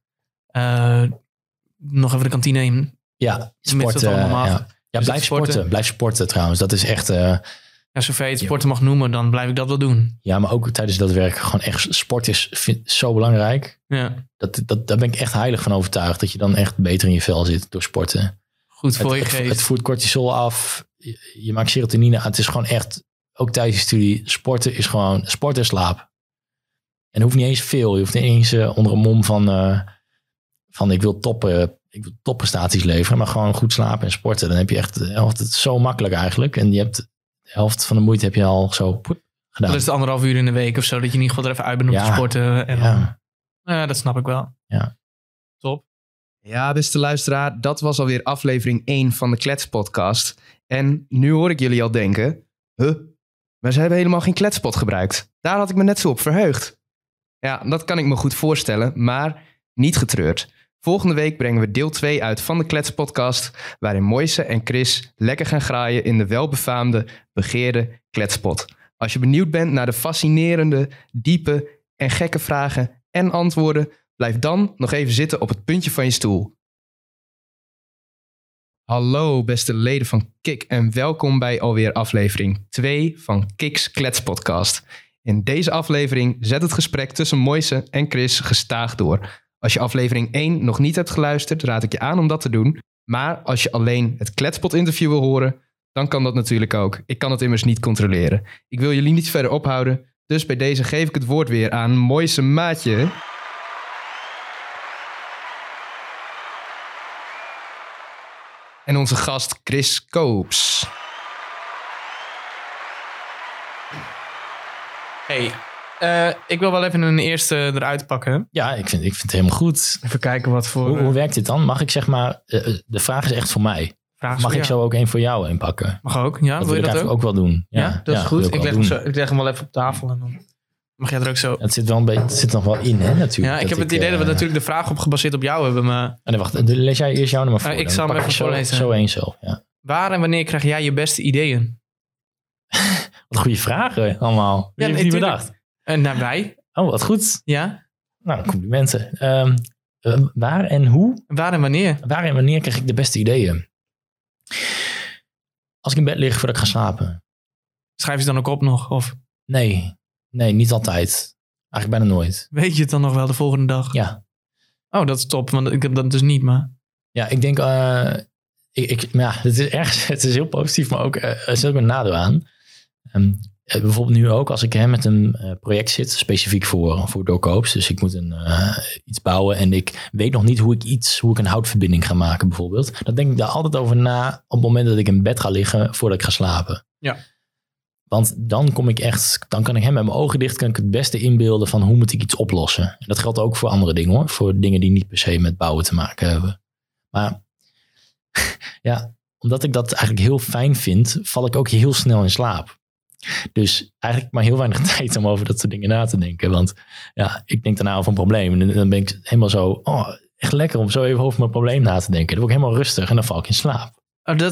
nog even de kantine in. Ja, sporten. Dus blijf sporten. Blijf sporten trouwens. Dat is echt... zover je het sporten mag noemen, dan blijf ik dat wel doen. Ja, maar ook tijdens dat werk gewoon echt... Sport is zo belangrijk. Ja. Daar ben ik echt heilig van overtuigd. Dat je dan echt beter in je vel zit door sporten. Goed voor je geest. Het voert cortisol af. Je maakt serotonine. Het is gewoon echt... Ook tijdens je studie. Sporten is gewoon... Sport en slaap. En het hoeft niet eens veel. Je hoeft niet eens onder een mom van ik wil topprestaties leveren, maar gewoon goed slapen en sporten. Dan heb je echt de helft. Het is zo makkelijk eigenlijk. En je hebt de helft van de moeite heb je al zo gedaan. Dat is het 1,5 uur in de week of zo, dat je in ieder geval er even uit bent om te sporten. En ja, dat snap ik wel. Ja. Top. Ja, beste luisteraar, dat was alweer aflevering 1 van de Kletspodcast. En nu hoor ik jullie al denken, maar ze hebben helemaal geen kletspot gebruikt. Daar had ik me net zo op verheugd. Ja, dat kan ik me goed voorstellen, maar niet getreurd. Volgende week brengen we deel 2 uit van de Kletspodcast, waarin Moise en Chris lekker gaan graaien in de welbefaamde, begeerde kletspot. Als je benieuwd bent naar de fascinerende, diepe en gekke vragen en antwoorden, blijf dan nog even zitten op het puntje van je stoel. Hallo beste leden van Kik en welkom bij alweer aflevering 2 van Kik's Kletspodcast. In deze aflevering zet het gesprek tussen Moise en Chris gestaag door. Als je aflevering 1 nog niet hebt geluisterd, raad ik je aan om dat te doen. Maar als je alleen het Kletspot-interview wil horen, dan kan dat natuurlijk ook. Ik kan het immers niet controleren. Ik wil jullie niet verder ophouden, dus bij deze geef ik het woord weer aan Moise Maatje. En onze gast Chris Koops. Hey, ik wil wel even een eerste eruit pakken. Ja, ik vind het helemaal goed. Even kijken wat voor... Hoe werkt dit dan? Mag ik zeg maar... de vraag is echt voor mij. Mag ik zo ook één voor jou inpakken? Mag ook, ja. Dat wil je ik dat ook? Ook wel doen. Ja, dat is goed. Ik leg hem wel even op tafel en dan mag jij er ook zo... Het zit wel een beetje, het zit nog wel in, hè, natuurlijk. Ja, ik heb het idee dat we natuurlijk de vraag op gebaseerd op jou hebben, maar... Nee, wacht. Lees jij eerst jouw nummer voor? Ik zal hem even voorlezen. Zo één zelf, ja. Waar en wanneer krijg jij je beste ideeën? Wat goede vragen allemaal. Wie heeft die bedacht? Naar wij. Oh, wat goed. Ja. Nou, complimenten. Waar en hoe? Waar en wanneer? Waar en wanneer krijg ik de beste ideeën? Als ik in bed lig voordat ik ga slapen. Schrijf je het dan ook op nog? Of? Nee, niet altijd. Eigenlijk bijna nooit. Weet je het dan nog wel de volgende dag? Ja. Oh, dat is top, want ik heb dat dus niet, maar... Ja, ik denk... het is heel positief, maar ook er zit ook een nadeel aan. Bijvoorbeeld nu ook, als ik met een project zit, specifiek voor doorkoops. Dus ik moet iets bouwen en ik weet nog niet hoe ik een houtverbinding ga maken bijvoorbeeld. Dan denk ik daar altijd over na op het moment dat ik in bed ga liggen voordat ik ga slapen. Ja. Want dan kan ik met mijn ogen dicht kan ik het beste inbeelden van hoe moet ik iets oplossen. En dat geldt ook voor andere dingen hoor. Voor dingen die niet per se met bouwen te maken hebben. Maar ja, omdat ik dat eigenlijk heel fijn vind, val ik ook heel snel in slaap. Dus eigenlijk maar heel weinig tijd om over dat soort dingen na te denken. Want ja, ik denk daarna over een probleem. En dan ben ik helemaal zo, echt lekker om zo even over mijn probleem na te denken. Dan word ik helemaal rustig en dan val ik in slaap.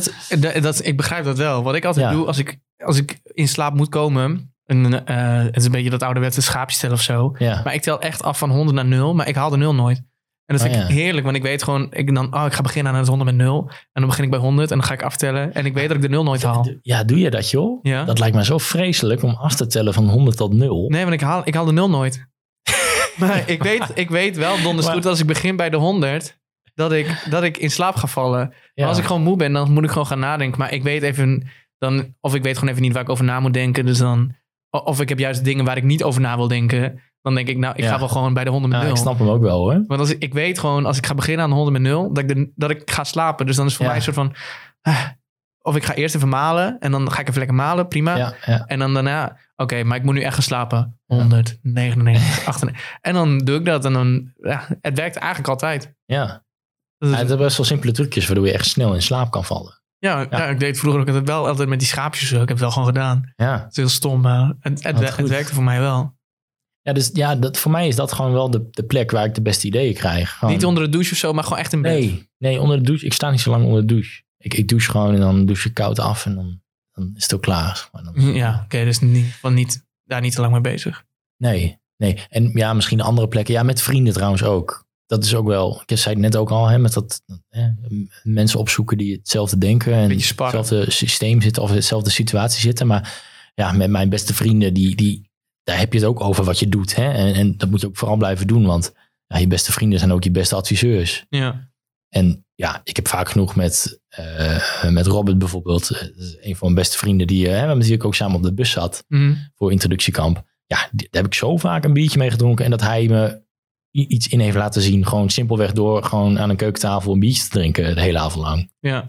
Ik begrijp dat wel. Wat ik altijd doe als ik in slaap moet komen. Het is een beetje dat ouderwetse schaapje tellen of zo. Ja. Maar ik tel echt af van 100 naar 0. Maar ik haal de 0 nooit. En dat vind ik heerlijk, want ik weet gewoon, ik ga beginnen aan het 100 met 0. En dan begin ik bij 100 en dan ga ik aftellen. En ik weet dat ik de 0 nooit haal. Ja, doe je dat joh? Ja. Dat lijkt me zo vreselijk om af te tellen van 100 tot 0. Nee, want ik haal de 0 nooit. Maar ik weet wel donders goed als ik begin bij de 100, dat ik in slaap ga vallen. Ja. Maar als ik gewoon moe ben, dan moet ik gewoon gaan nadenken. Maar ik weet ik weet gewoon even niet waar ik over na moet denken. Dus dan, of ik heb juist dingen waar ik niet over na wil denken. Dan denk ik, ik ga wel gewoon bij de 100 met 0. Ik snap hem ook wel hoor. Want ik weet gewoon, als ik ga beginnen aan de 100 met 0, dat ik ga slapen. Dus dan is voor mij een soort van... of ik ga eerst even malen en dan ga ik even lekker malen, prima. Ja. En dan daarna, oké, maar ik moet nu echt gaan slapen. 100, 99, 98. En dan doe ik dat en dan... het werkt eigenlijk altijd. Ja. Het zijn best wel simpele trucjes waardoor je echt snel in slaap kan vallen. Ja, ik deed vroeger ook altijd met die schaapjes. Ik heb het wel gewoon gedaan. Ja. Het is heel stom, maar het werkte voor mij wel. Ja, dus voor mij is dat gewoon wel de plek waar ik de beste ideeën krijg. Gewoon. Niet onder de douche of zo, maar gewoon echt in bed. Nee, onder de douche. Ik sta niet zo lang onder de douche. Ik douche gewoon en dan douche ik koud af en dan is het ook klaar. Ja, oké, dus daar niet te lang mee bezig. Nee. En ja, misschien andere plekken. Ja, met vrienden trouwens ook. Dat is ook wel, ik zei het net ook al, met dat mensen opzoeken die hetzelfde denken. En hetzelfde systeem zitten of dezelfde situatie zitten. Maar ja, met mijn beste vrienden, daar heb je het ook over wat je doet. Hè? En dat moet je ook vooral blijven doen. Want je beste vrienden zijn ook je beste adviseurs. Ja. En ja, ik heb vaak genoeg met Robert bijvoorbeeld. Een van mijn beste vrienden met wie ik ook samen op de bus zat. Voor introductiekamp. Ja, daar heb ik zo vaak een biertje mee gedronken. En dat hij me iets in heeft laten zien. Gewoon simpelweg door gewoon aan een keukentafel een biertje te drinken de hele avond lang. Ja,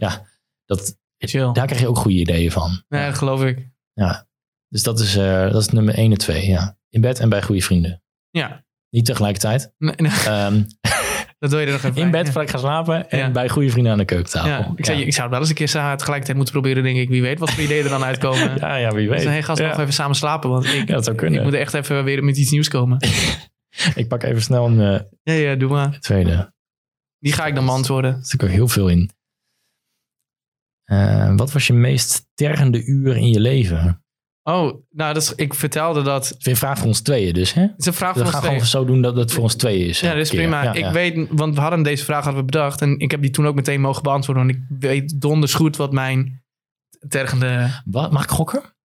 daar krijg je ook goede ideeën van. Ja, dat geloof ik. Ja. Dus dat is nummer 1 en 2. Ja. In bed en bij goede vrienden. Ja. Niet tegelijkertijd. Nee. Dat doe je er nog even in bed voordat ik ga slapen en bij goede vrienden aan de keukentafel. Ja. Ik zou het wel eens een keer tegelijkertijd moeten proberen, denk ik. Wie weet wat voor ideeën er dan uitkomen. Ja, wie weet. Dus gast, nog even samen slapen. Want dat zou kunnen. Ik moet echt even weer met iets nieuws komen. Ik pak even snel een doe maar. Tweede. Die ga ik dan beantwoorden. Er zit ook heel veel in. Wat was je meest tergende uur in je leven? Oh, nou, ik vertelde dat... Het is een vraag voor ons tweeën dus, hè? Het is een vraag voor ons tweeën. We gaan gewoon zo doen dat het voor ons tweeën is. Ja, dat is prima. Ja, ik weet, want we hadden deze vraag bedacht en ik heb die toen ook meteen mogen beantwoorden. Want ik weet donders goed wat mijn tergende... Wat? Mag ik gokken?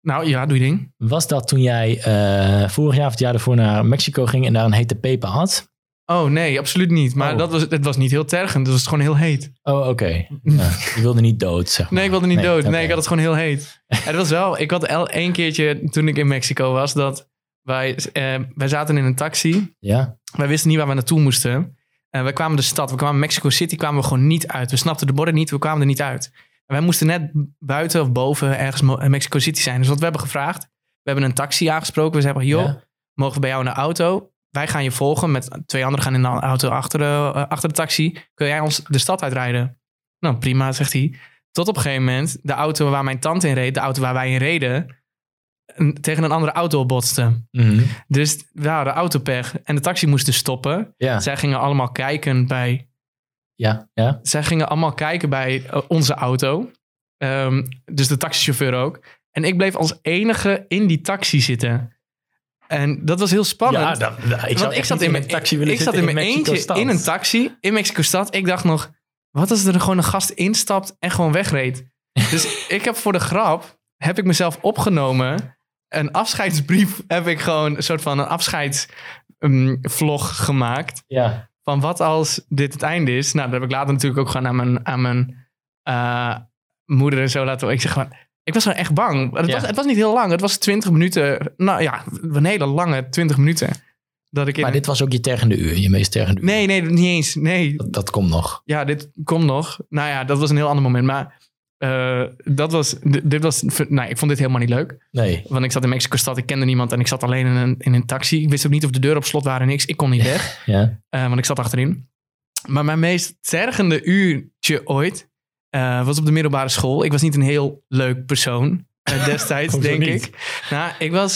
Nou ja, doe je ding. Was dat toen jij vorig jaar of het jaar ervoor naar Mexico ging en daar een hete peper had? Oh nee, absoluut niet. Maar het was niet heel tergend. Het was gewoon heel heet. Oh, oké. Ja, je wilde niet dood, zeg maar. Nee, ik wilde niet dood. Nee, ik had het gewoon heel heet. Het was wel... Ik had één keertje toen ik in Mexico was... dat wij zaten in een taxi. Ja. Wij wisten niet waar we naartoe moesten. Wij kwamen de stad. We kwamen Mexico City. Kwamen we gewoon niet uit. We snapten de borden niet. We kwamen er niet uit. En wij moesten net buiten of boven ergens in Mexico City zijn. Dus wat we hebben gevraagd... We hebben een taxi aangesproken. We zeiden, joh, mogen we bij jou in de auto... Wij gaan je volgen. Met 2 anderen gaan in de auto achter de taxi. Kun jij ons de stad uitrijden? Nou, prima, zegt hij. Tot op een gegeven moment de auto waar mijn tante in reed... de auto waar wij in reden... tegen een andere auto botste. Mm-hmm. Dus we hadden autopech. En de taxi moest dus stoppen. Ja. Zij gingen allemaal kijken bij... Ja. Zij gingen allemaal kijken bij onze auto. Dus de taxichauffeur ook. En ik bleef als enige in die taxi zitten... En dat was heel spannend. Ja, ik zat in mijn taxi willen zitten. Ik zat in mijn eentje in een taxi in Mexico-stad. Ik dacht nog, wat als er gewoon een gast instapt en gewoon wegreed? Dus ik heb voor de grap, heb ik mezelf opgenomen. Een afscheidsbrief heb ik gewoon een soort van een afscheidsvlog gemaakt. Ja. Van wat als dit het einde is. Nou, dat heb ik later natuurlijk ook gewoon aan mijn moeder en zo laten horen. Ik zeg gewoon... Ik was gewoon echt bang. Het was niet heel lang. Het was 20 minuten. Nou ja, een hele lange 20 minuten. Maar dit was ook je tergende uur? Je meest tergende uur? Nee, niet eens. Nee. Dat komt nog. Ja, dit komt nog. Nou ja, dat was een heel ander moment. Maar ik vond dit helemaal niet leuk. Nee. Want ik zat in Mexico-stad. Ik kende niemand en ik zat alleen in een taxi. Ik wist ook niet of de deuren op slot waren en niks. Ik kon niet weg. Ja. Want ik zat achterin. Maar mijn meest tergende uurtje ooit... was op de middelbare school. Ik was niet een heel leuk persoon destijds, denk ik. Nou,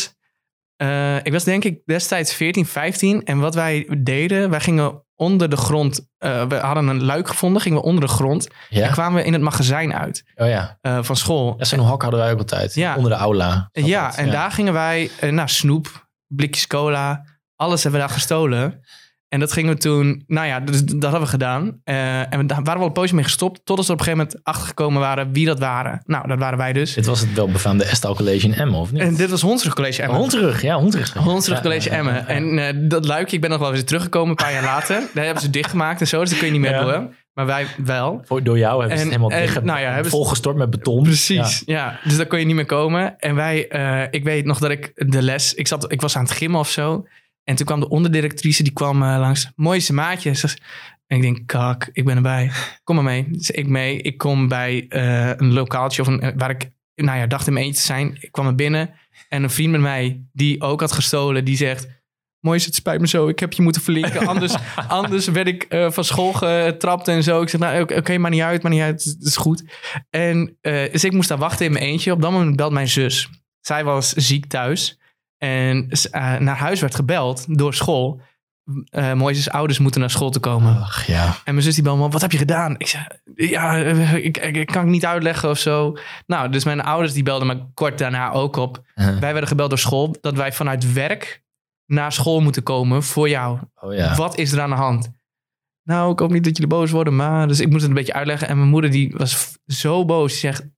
ik was denk ik destijds 14, 15. En wat wij deden, wij gingen onder de grond... we hadden een luik gevonden, gingen we onder de grond. Ja? En kwamen we in het magazijn uit. Oh ja. Van school. Ja, zo'n hok hadden wij ook altijd. Ja. Onder de aula. Daar gingen wij snoep, blikjes cola... Alles hebben we daar gestolen... En dat gingen we toen... Nou ja, dus dat hadden we gedaan. En daar waren we al een poosje mee gestopt... totdat we op een gegeven moment achtergekomen waren... wie dat waren. Nou, dat waren wij dus. Dit was het welbefaamde Estal College in Emmen, of niet? En dit was Hondsrug College Emmen. Hondsrug College Emmen. Ja. En dat luikje, ik ben nog wel eens teruggekomen... een paar jaar later. Daar hebben ze dichtgemaakt en zo... dus daar kun je niet meer door. Maar wij wel. Door jou hebben ze het helemaal dicht, volgestort met beton. Precies, ja. Dus daar kon je niet meer komen. En ik weet nog dat ik de les... Ik was aan het gymmen of zo... En toen kwam de onderdirectrice, die kwam langs. Mooiste maatje. En ik denk, kak, ik ben erbij. Kom maar mee. Dus ik mee. Ik kom bij een lokaaltje waar ik dacht in mijn eentje te zijn. Ik kwam er binnen. En een vriend met mij, die ook had gestolen, die zegt... Moois, het spijt me zo. Ik heb je moeten verlinken. Anders werd ik van school getrapt en zo. Ik zeg, nou oké, maar niet uit. Het is goed. En dus ik moest daar wachten in mijn eentje. Op dat moment belt mijn zus. Zij was ziek thuis. En naar huis werd gebeld door school. Moises ouders moeten naar school te komen. Ach, ja. En mijn zus die belde me, wat heb je gedaan? Ik zei, ja, ik kan het niet uitleggen of zo. Nou, dus mijn ouders die belden me kort daarna ook op. Wij werden gebeld door school dat wij vanuit werk naar school moeten komen voor jou. Oh, ja. Wat is er aan de hand? Nou, ik hoop niet dat jullie boos worden, maar... Dus ik moest het een beetje uitleggen. En mijn moeder die was zo boos. Die zegt,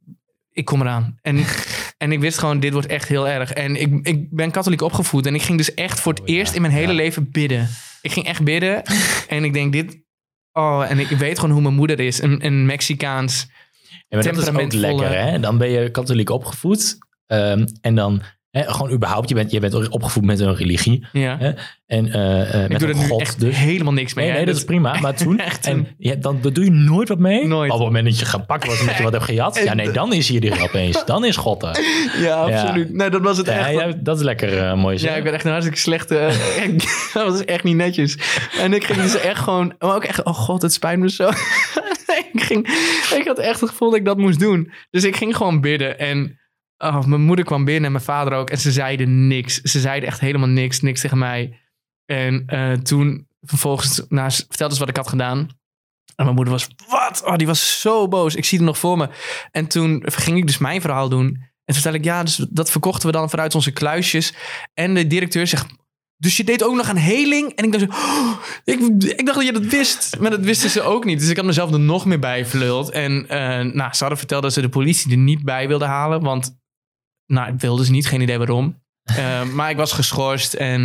ik kom eraan. En ik wist gewoon, dit wordt echt heel erg. En ik ben katholiek opgevoed. En ik ging dus echt voor het eerst in mijn hele leven bidden. Ik ging echt bidden. En ik denk, en ik weet gewoon hoe mijn moeder is. Een Mexicaans temperamentvolle... Dat is ook lekker, hè? Dan ben je katholiek opgevoed. En dan... gewoon überhaupt, je bent opgevoed met een religie. Ja. En ik doe er nu God, echt helemaal niks mee. Nee, dat is prima. Maar toen, dan doe je nooit wat mee? Nooit. Op het moment dat je gepakt wordt omdat je wat hebt gejat. Ja, nee, dan is hier die opeens. Dan is God er. Ja, absoluut. Ja. Nee, dat was het echt. Ja, dat is lekker mooi. Ja, ik ben echt een hartstikke slechte... dat was echt niet netjes. En ik ging dus echt gewoon... Maar ook echt, oh god, het spijt me zo. ik had echt het gevoel dat ik dat moest doen. Dus ik ging gewoon bidden en... mijn moeder kwam binnen en mijn vader ook. En ze zeiden niks. Ze zeiden echt helemaal niks tegen mij. En toen vervolgens vertelde ze wat ik had gedaan. En mijn moeder was, wat? Oh, die was zo boos. Ik zie het nog voor me. En toen ging ik dus mijn verhaal doen. En toen vertel ik, ja, dus dat verkochten we dan vanuit onze kluisjes. En de directeur zegt, dus je deed ook nog aan heling? En ik dacht zo, ik dacht dat je dat wist. Maar dat wisten ze ook niet. Dus ik had mezelf er nog meer bij verluld. En ze hadden verteld dat ze de politie er niet bij wilden halen. Want Nou, ik wilde dus niet. Geen idee waarom. Maar ik was geschorst. En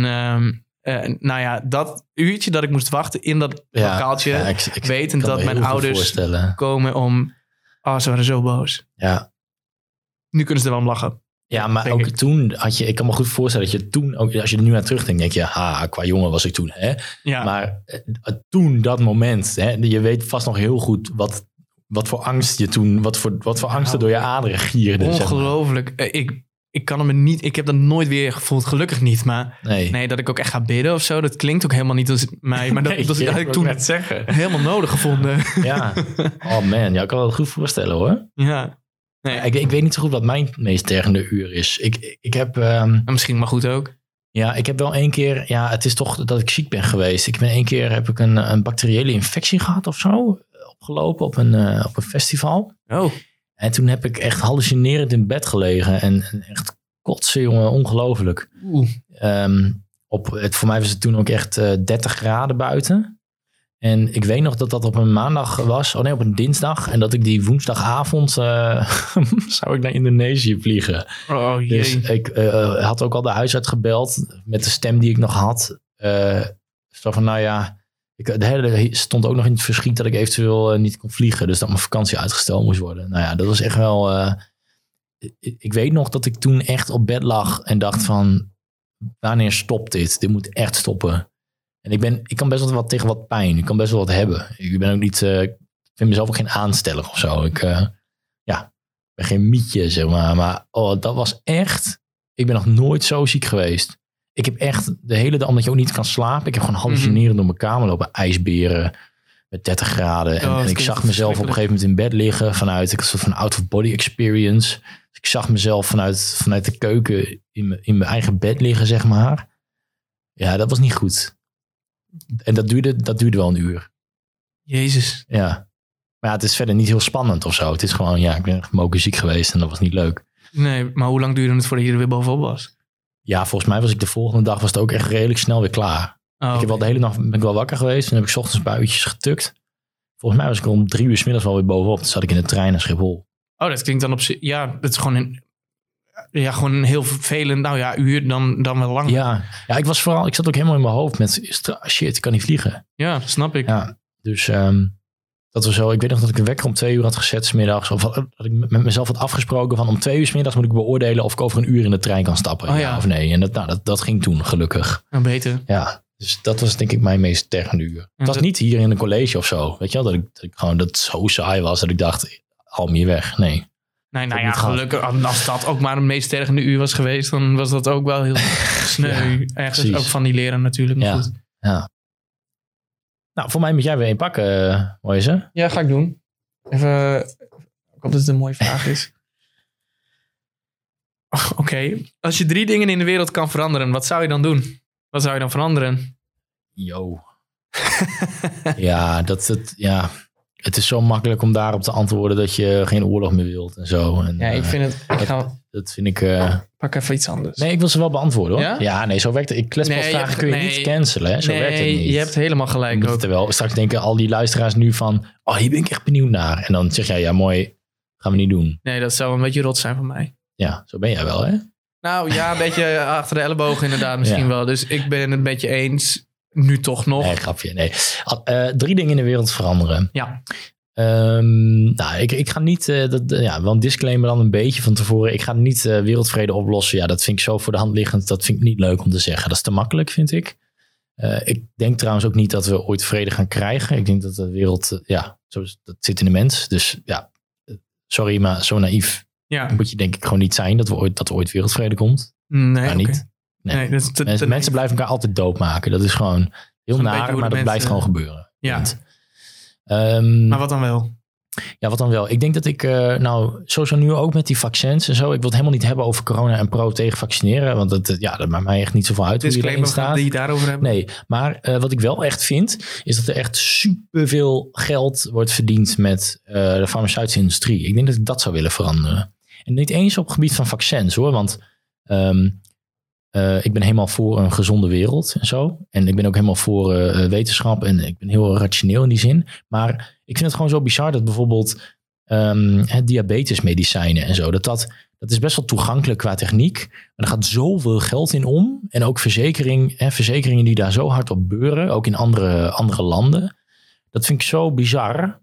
dat uurtje dat ik moest wachten in dat lokaaltje. Ik wetend dat mijn ouders komen om... Oh, ze waren zo boos. Ja. Nu kunnen ze er wel om lachen. Ja, maar ook toen had je... Ik kan me goed voorstellen dat je toen... Ook als je er nu aan terugdenkt, denk je... qua jongen was ik toen. Hè? Ja. Maar toen, dat moment... Hè, je weet vast nog heel goed wat voor angst je toen... Wat voor angsten door je aderen gierden. Ongelooflijk. Zeg maar. Ik kan hem niet... Ik heb dat nooit weer gevoeld. Gelukkig niet. Maar nee, dat ik ook echt ga bidden of zo. Dat klinkt ook helemaal niet als mij. Maar dat had ik toen net zeggen. Helemaal nodig gevonden. Ja. Oh man. Ja, ik kan me dat goed voorstellen hoor. Ja. Nee. Ik weet niet zo goed wat mijn meest tergende uur is. Ik heb... Misschien maar goed ook. Ja, ik heb wel 1 keer... Ja, het is toch dat ik ziek ben geweest. Ik ben 1 keer heb ik een bacteriële infectie gehad of zo. Opgelopen op een festival. Oh. En toen heb ik echt hallucinerend in bed gelegen. En echt kotsen, jongen. Ongelooflijk. Voor mij was het toen ook echt 30 graden buiten. En ik weet nog dat dat op een maandag was. Oh nee, op een dinsdag. En dat ik die woensdagavond zou ik naar Indonesië vliegen. Oh jee. Dus ik had ook al de huisarts gebeld. Met de stem die ik nog had. Zo van, nou ja... de stond ook nog in het verschiet dat ik eventueel niet kon vliegen. Dus dat mijn vakantie uitgesteld moest worden. Nou ja, dat was echt wel... ik weet nog dat ik toen echt op bed lag en dacht van... Wanneer stopt dit? Dit moet echt stoppen. En ik kan best wel wat tegen wat pijn. Ik kan best wel wat hebben. Ik ben ook niet... ik vind mezelf ook geen aansteller of zo. Ik ben geen mietje, zeg maar. Maar dat was echt... Ik ben nog nooit zo ziek geweest. Ik heb echt de hele dag, omdat je ook niet kan slapen. Ik heb gewoon hallucinerend door mijn kamer lopen. IJsberen met 30 graden. En ik zag mezelf op een gegeven moment in bed liggen. Vanuit een soort van out-of-body experience. Dus ik zag mezelf vanuit de keuken in mijn eigen bed liggen, zeg maar. Ja, dat was niet goed. En dat duurde wel 1 uur. Jezus. Ja. Maar ja, het is verder niet heel spannend of zo. Het is gewoon, ik ben moken ziek geweest en dat was niet leuk. Nee, maar hoe lang duurde het voordat je er weer bovenop was? Ja, volgens mij was ik de volgende dag was het ook echt redelijk snel weer klaar. Ik heb wel de hele nacht ben ik wel wakker geweest. En heb ik 's ochtends buitjes getukt. Volgens mij was ik om 3 uur 's middags wel weer bovenop. Toen zat ik in de trein naar Schiphol. Oh, dat klinkt dan op zich... Ja, dat is gewoon een heel vervelend... uur dan wel lang. Ja, ik zat ook helemaal in mijn hoofd met... Shit, ik kan niet vliegen. Ja, dat snap ik. Ja, dus dat was zo... Ik weet nog dat ik een wekker om 2 uur had gezet 's middags. Of dat ik met mezelf had afgesproken van om 2 uur 's middags moet ik beoordelen of ik over 1 uur in de trein kan stappen. Oh, ja. Of nee. En dat ging toen, gelukkig. Nou, beter. Ja, dus dat was denk ik mijn meest tergende uur. Het was niet hier in een college of zo. Weet je wel, dat ik gewoon dat het zo saai was dat ik dacht, haal me hier weg. Nee. Nee, nou ja, gelukkig. Als dat ook maar een meest tergende uur was geweest, dan was dat ook wel heel sneu. Ja, ergens precies. Ook van die leren natuurlijk. Maar goed. Ja. Nou, voor mij moet jij weer 1 pakken, Moise. Ja, ga ik doen. Even, ik hoop dat het een mooie vraag is. Oké. Als je 3 dingen in de wereld kan veranderen, wat zou je dan doen? Wat zou je dan veranderen? Yo. Het is zo makkelijk om daarop te antwoorden dat je geen oorlog meer wilt en zo. En, ik vind het... Dat vind ik... Pak even iets anders. Nee, ik wil ze wel beantwoorden hoor. Ja? Ja, nee, zo werkt het. Kletspasvragen kun je niet cancelen. Hè? Zo werkt het niet. Je hebt helemaal gelijk ook. Terwijl straks denken al die luisteraars nu van... Oh, hier ben ik echt benieuwd naar. En dan zeg jij, ja mooi, gaan we niet doen. Nee, dat zou een beetje rot zijn van mij. Ja, zo ben jij wel hè? Nou ja, een beetje achter de ellebogen inderdaad misschien wel. Dus ik ben het een beetje eens. Nu toch nog. Nee, grapje. Nee. 3 dingen in de wereld veranderen. Ja. Ik ga niet, wel een disclaimer dan een beetje van tevoren. Ik ga niet wereldvrede oplossen. Ja, dat vind ik zo voor de hand liggend. Dat vind ik niet leuk om te zeggen. Dat is te makkelijk, vind ik. Ik denk trouwens ook niet dat we ooit vrede gaan krijgen. Ik denk dat de wereld, dat zit in de mens. Dus ja, sorry, maar zo naïef moet je denk ik gewoon niet zijn dat er ooit wereldvrede komt. Nee, maar niet. Nee. Mensen blijven elkaar altijd doodmaken. Dat is gewoon heel naar, maar dat blijft gewoon gebeuren. Ja. Maar wat dan wel? Ja, wat dan wel? Ik denk dat ik, sowieso nu ook met die vaccins en zo. Ik wil het helemaal niet hebben over corona en pro tegen vaccineren. Want dat maakt mij echt niet zoveel uit hoe je erin staat. Die daarover hebben. Nee, maar wat ik wel echt vind, is dat er echt superveel geld wordt verdiend met de farmaceutische industrie. Ik denk dat ik dat zou willen veranderen. En niet eens op het gebied van vaccins hoor, want... ik ben helemaal voor een gezonde wereld en zo. En ik ben ook helemaal voor wetenschap. En ik ben heel rationeel in die zin. Maar ik vind het gewoon zo bizar dat bijvoorbeeld diabetesmedicijnen en zo. Dat dat is best wel toegankelijk qua techniek. Maar er gaat zoveel geld in om. En ook verzekeringen die daar zo hard op beuren. Ook in andere landen. Dat vind ik zo bizar.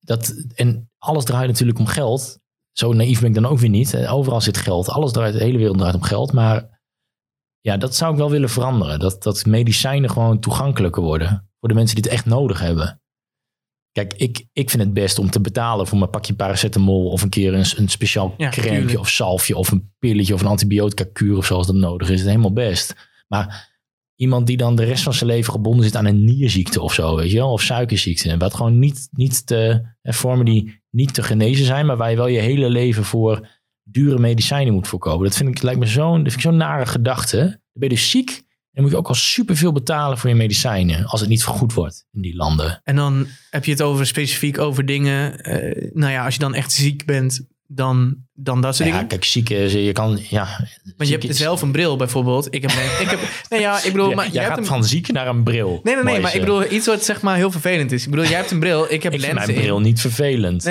En alles draait natuurlijk om geld. Zo naïef ben ik dan ook weer niet. Overal zit geld. De hele wereld draait om geld. Maar ja, dat zou ik wel willen veranderen. Dat medicijnen gewoon toegankelijker worden. Voor de mensen die het echt nodig hebben. Kijk, ik vind het best om te betalen voor mijn pakje paracetamol. Of een keer een speciaal crème of salfje. Of een pilletje of een antibiotica kuur of zoals dat nodig is. Dat is helemaal best. Maar iemand die dan de rest van zijn leven gebonden zit aan een nierziekte of zo, weet je wel, of suikerziekte. Wat gewoon vormen die niet te genezen zijn, maar waar je wel je hele leven voor dure medicijnen moet voorkomen. Dat vind ik zo'n nare gedachte. Dan ben je dus ziek en dan moet je ook al superveel betalen voor je medicijnen, als het niet vergoed wordt in die landen. En dan heb je het specifiek over dingen, als je dan echt ziek bent, dan dat soort dingen. Kijk, ziek is, je kan, maar je hebt zelf een bril bijvoorbeeld. Ik bedoel, maar jij gaat van ziek naar een bril. Nee, maar ik bedoel iets wat zeg maar heel vervelend is. Ik bedoel, jij hebt een bril, ik heb lenzen. Ik vind mijn bril niet vervelend.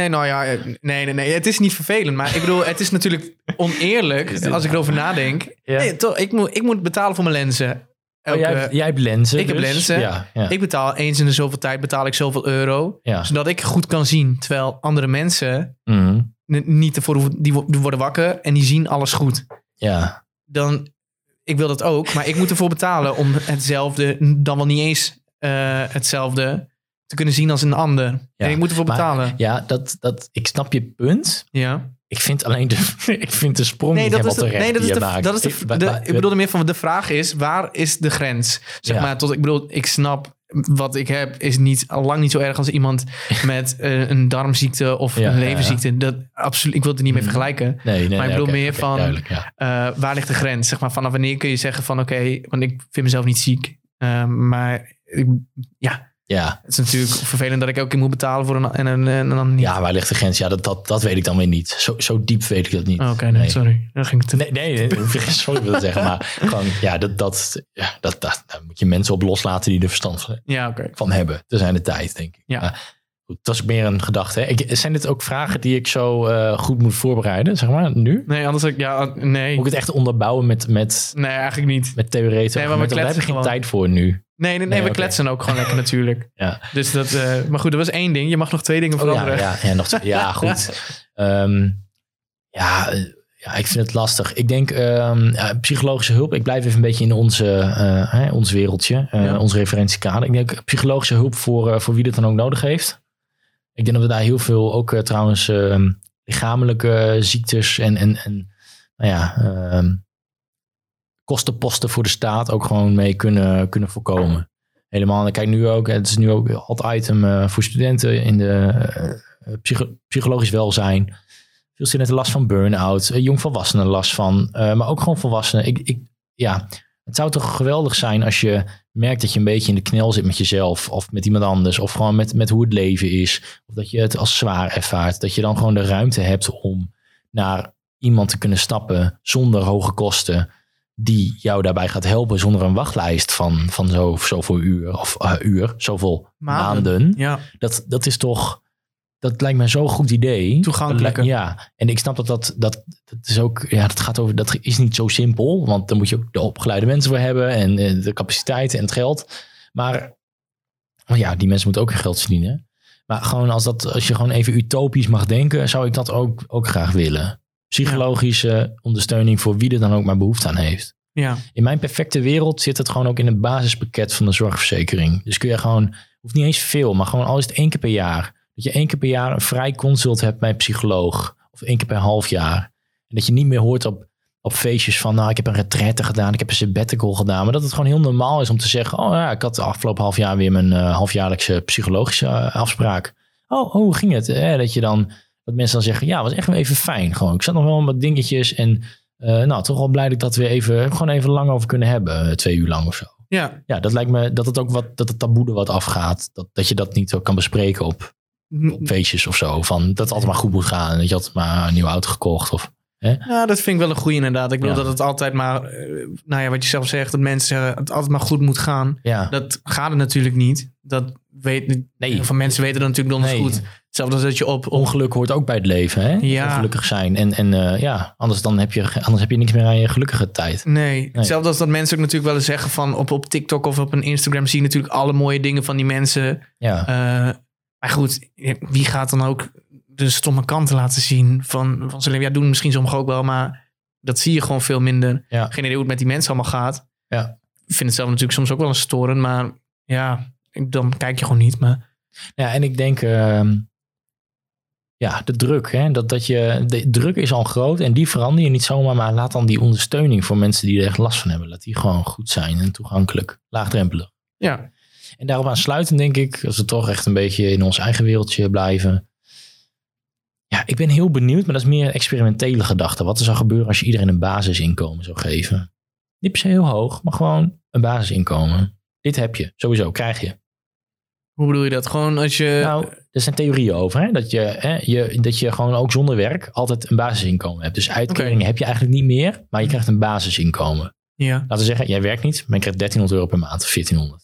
Nee, het is niet vervelend, maar ik bedoel, het is natuurlijk oneerlijk als ik erover nadenk. Ja. Nee, toch, ik moet betalen voor mijn lenzen. Jij hebt lenzen. Ik heb lenzen. Ja. Ik betaal eens in de zoveel tijd zoveel euro, zodat ik goed kan zien, terwijl andere mensen niet ervoor die worden wakker en die zien alles goed. Ja. Dan, ik wil dat ook, maar ik moet ervoor betalen om hetzelfde, dan wel niet eens hetzelfde, te kunnen zien als een ander. Ja. En ik moet ervoor betalen. Ja, ik snap je punt. Ja. Ik vind alleen de sprong niet helemaal terecht. Ik bedoelde meer van, de vraag is, waar is de grens? Zeg maar, ik snap, wat ik heb is lang niet zo erg als iemand met een darmziekte of een leverziekte. Dat absoluut, ik wil het er niet mee vergelijken. Maar ik bedoel meer van, waar ligt de grens? Zeg maar, vanaf wanneer kun je zeggen van oké, want ik vind mezelf niet ziek. Maar het is natuurlijk vervelend dat ik elke keer moet betalen voor een ander niet. Ja, waar ligt de grens? Ja, dat weet ik dan weer niet. Zo diep weet ik dat niet. Oké, sorry. Dan ging het nee, hoef je geen sorry te zeggen. Maar gewoon, daar moet je mensen op loslaten die er verstand van hebben. Er zijn de tijd, denk ik. Ja. Goed, dat is meer een gedachte. Zijn dit ook vragen die ik zo goed moet voorbereiden, zeg maar, nu? Nee, anders nee. Moet ik het echt onderbouwen met nee, eigenlijk niet. Met theoretisch? Nee, maar daar heb ik geen tijd voor nu. Nee, we kletsen ook gewoon lekker natuurlijk. Ja. Dus dat, maar goed, dat was 1 ding. Je mag nog 2 dingen veranderen. Nog 2. Ja, goed. Ik vind het lastig. Ik denk psychologische hulp. Ik blijf even een beetje in ons wereldje. Ons referentiekader. Ik denk psychologische hulp voor wie dat dan ook nodig heeft. Ik denk dat we daar heel veel ook trouwens lichamelijke ziektes en kostenposten voor de staat ook gewoon mee kunnen voorkomen. Helemaal. En kijk nu ook, het is nu ook hot item voor studenten in de psychologisch welzijn. Veel studenten last van burn-out, jongvolwassenen last van, maar ook gewoon volwassenen. Het zou toch geweldig zijn als je merkt dat je een beetje in de knel zit met jezelf of met iemand anders of gewoon met hoe het leven is. Of dat je het als zwaar ervaart. Dat je dan gewoon de ruimte hebt om naar iemand te kunnen stappen zonder hoge kosten die jou daarbij gaat helpen zonder een wachtlijst van zoveel uur of zoveel maanden. Ja. Dat is toch, dat lijkt me zo'n goed idee. Toegankelijker. Ja, en ik snap dat is ook, dat gaat over, dat is niet zo simpel, want dan moet je ook de opgeleide mensen voor hebben en de capaciteit en het geld. Maar die mensen moeten ook hun geld verdienen. Maar gewoon als je gewoon even utopisch mag denken, zou ik dat ook graag willen. Psychologische ondersteuning voor wie er dan ook maar behoefte aan heeft. Ja. In mijn perfecte wereld zit het gewoon ook in het basispakket van de zorgverzekering. Dus kun je gewoon, hoeft niet eens veel, maar gewoon al is het 1 keer per jaar. Dat je 1 keer per jaar een vrij consult hebt bij een psycholoog. Of 1 keer per half jaar. En dat je niet meer hoort op feestjes van, ik heb een retraite gedaan, ik heb een sabbatical gedaan. Maar dat het gewoon heel normaal is om te zeggen, ik had de afgelopen half jaar weer mijn halfjaarlijkse psychologische afspraak. Hoe ging het? Dat mensen dan zeggen, was echt even fijn. Gewoon. Ik zat nog wel wat dingetjes en toch wel blij dat we gewoon even lang over kunnen hebben. 2 uur lang of zo. Ja. Ja, dat lijkt me dat het taboe er wat afgaat. Dat je dat niet zo kan bespreken op feestjes of zo. Van dat het altijd maar goed moet gaan. En dat je altijd maar een nieuwe auto gekocht. Of, Ja, dat vind ik wel een goeie inderdaad. Ik bedoel dat het altijd maar, wat je zelf zegt, dat mensen zeggen het altijd maar goed moet gaan. Ja. Dat gaat het natuurlijk niet. Dat heel veel mensen weten dat natuurlijk donders goed. Hetzelfde als dat je op... Ongeluk hoort ook bij het leven, hè? Ja. Ongelukkig zijn. Anders heb je niks meer aan je gelukkige tijd. Nee. Hetzelfde als dat mensen ook natuurlijk wel eens zeggen van... op TikTok of op een Instagram zie je natuurlijk alle mooie dingen van die mensen. Ja. Maar goed, wie gaat dan ook de stomme kanten laten zien van zijn leven? Ja, doen misschien sommigen ook wel, maar dat zie je gewoon veel minder. Ja. Geen idee hoe het met die mensen allemaal gaat. Ja. Ik vind het zelf natuurlijk soms ook wel eens storend, maar ja, dan kijk je gewoon niet. Maar... Ja, en ik denk, de druk. Hè, de druk is al groot en die verander je niet zomaar, maar laat dan die ondersteuning voor mensen die er echt last van hebben, laat die gewoon goed zijn en toegankelijk, laagdrempelig. Ja. En daarop aansluiten denk ik, als we toch echt een beetje in ons eigen wereldje blijven. Ja, ik ben heel benieuwd, maar dat is meer een experimentele gedachte. Wat er zou gebeuren als je iedereen een basisinkomen zou geven? Niet per se heel hoog, maar gewoon een basisinkomen. Dit heb je, sowieso, krijg je. Hoe bedoel je dat? Gewoon als je... Nou, er zijn theorieën over, hè? Dat je gewoon ook zonder werk altijd een basisinkomen hebt. Dus uitkeringen heb je eigenlijk niet meer, maar je krijgt een basisinkomen. Ja. Laten we zeggen, jij werkt niet, maar je krijgt €1300 per maand of 1400.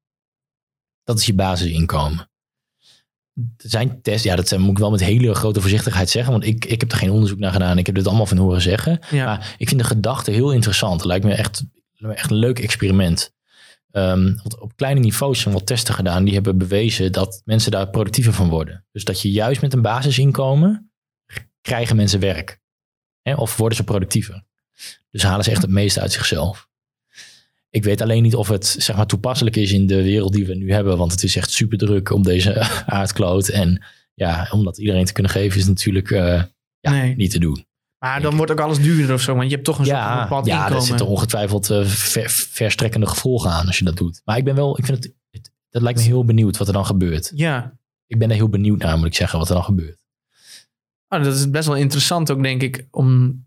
Dat is je basisinkomen. Er zijn tests, dat moet ik wel met hele grote voorzichtigheid zeggen, want ik heb er geen onderzoek naar gedaan. Ik heb dit allemaal van horen zeggen. Ja. Maar ik vind de gedachte heel interessant. Het lijkt me echt een leuk experiment. Want op kleine niveaus zijn wat testen gedaan. Die hebben bewezen dat mensen daar productiever van worden. Dus dat je juist met een basisinkomen krijgen mensen werk. Of worden ze productiever. Dus halen ze echt het meeste uit zichzelf. Ik weet alleen niet of het toepasselijk is in de wereld die we nu hebben. Want het is echt super druk op deze aardkloot. En om dat iedereen te kunnen geven is natuurlijk niet te doen. Maar dan wordt ook alles duurder of zo. Want je hebt toch een soort bepaald inkomen. Ja, er zitten ongetwijfeld verstrekkende gevolgen aan als je dat doet. Maar dat lijkt me heel benieuwd wat er dan gebeurt. Ja. Ik ben er heel benieuwd naar, moet ik zeggen, wat er dan gebeurt. Dat is best wel interessant ook, denk ik, om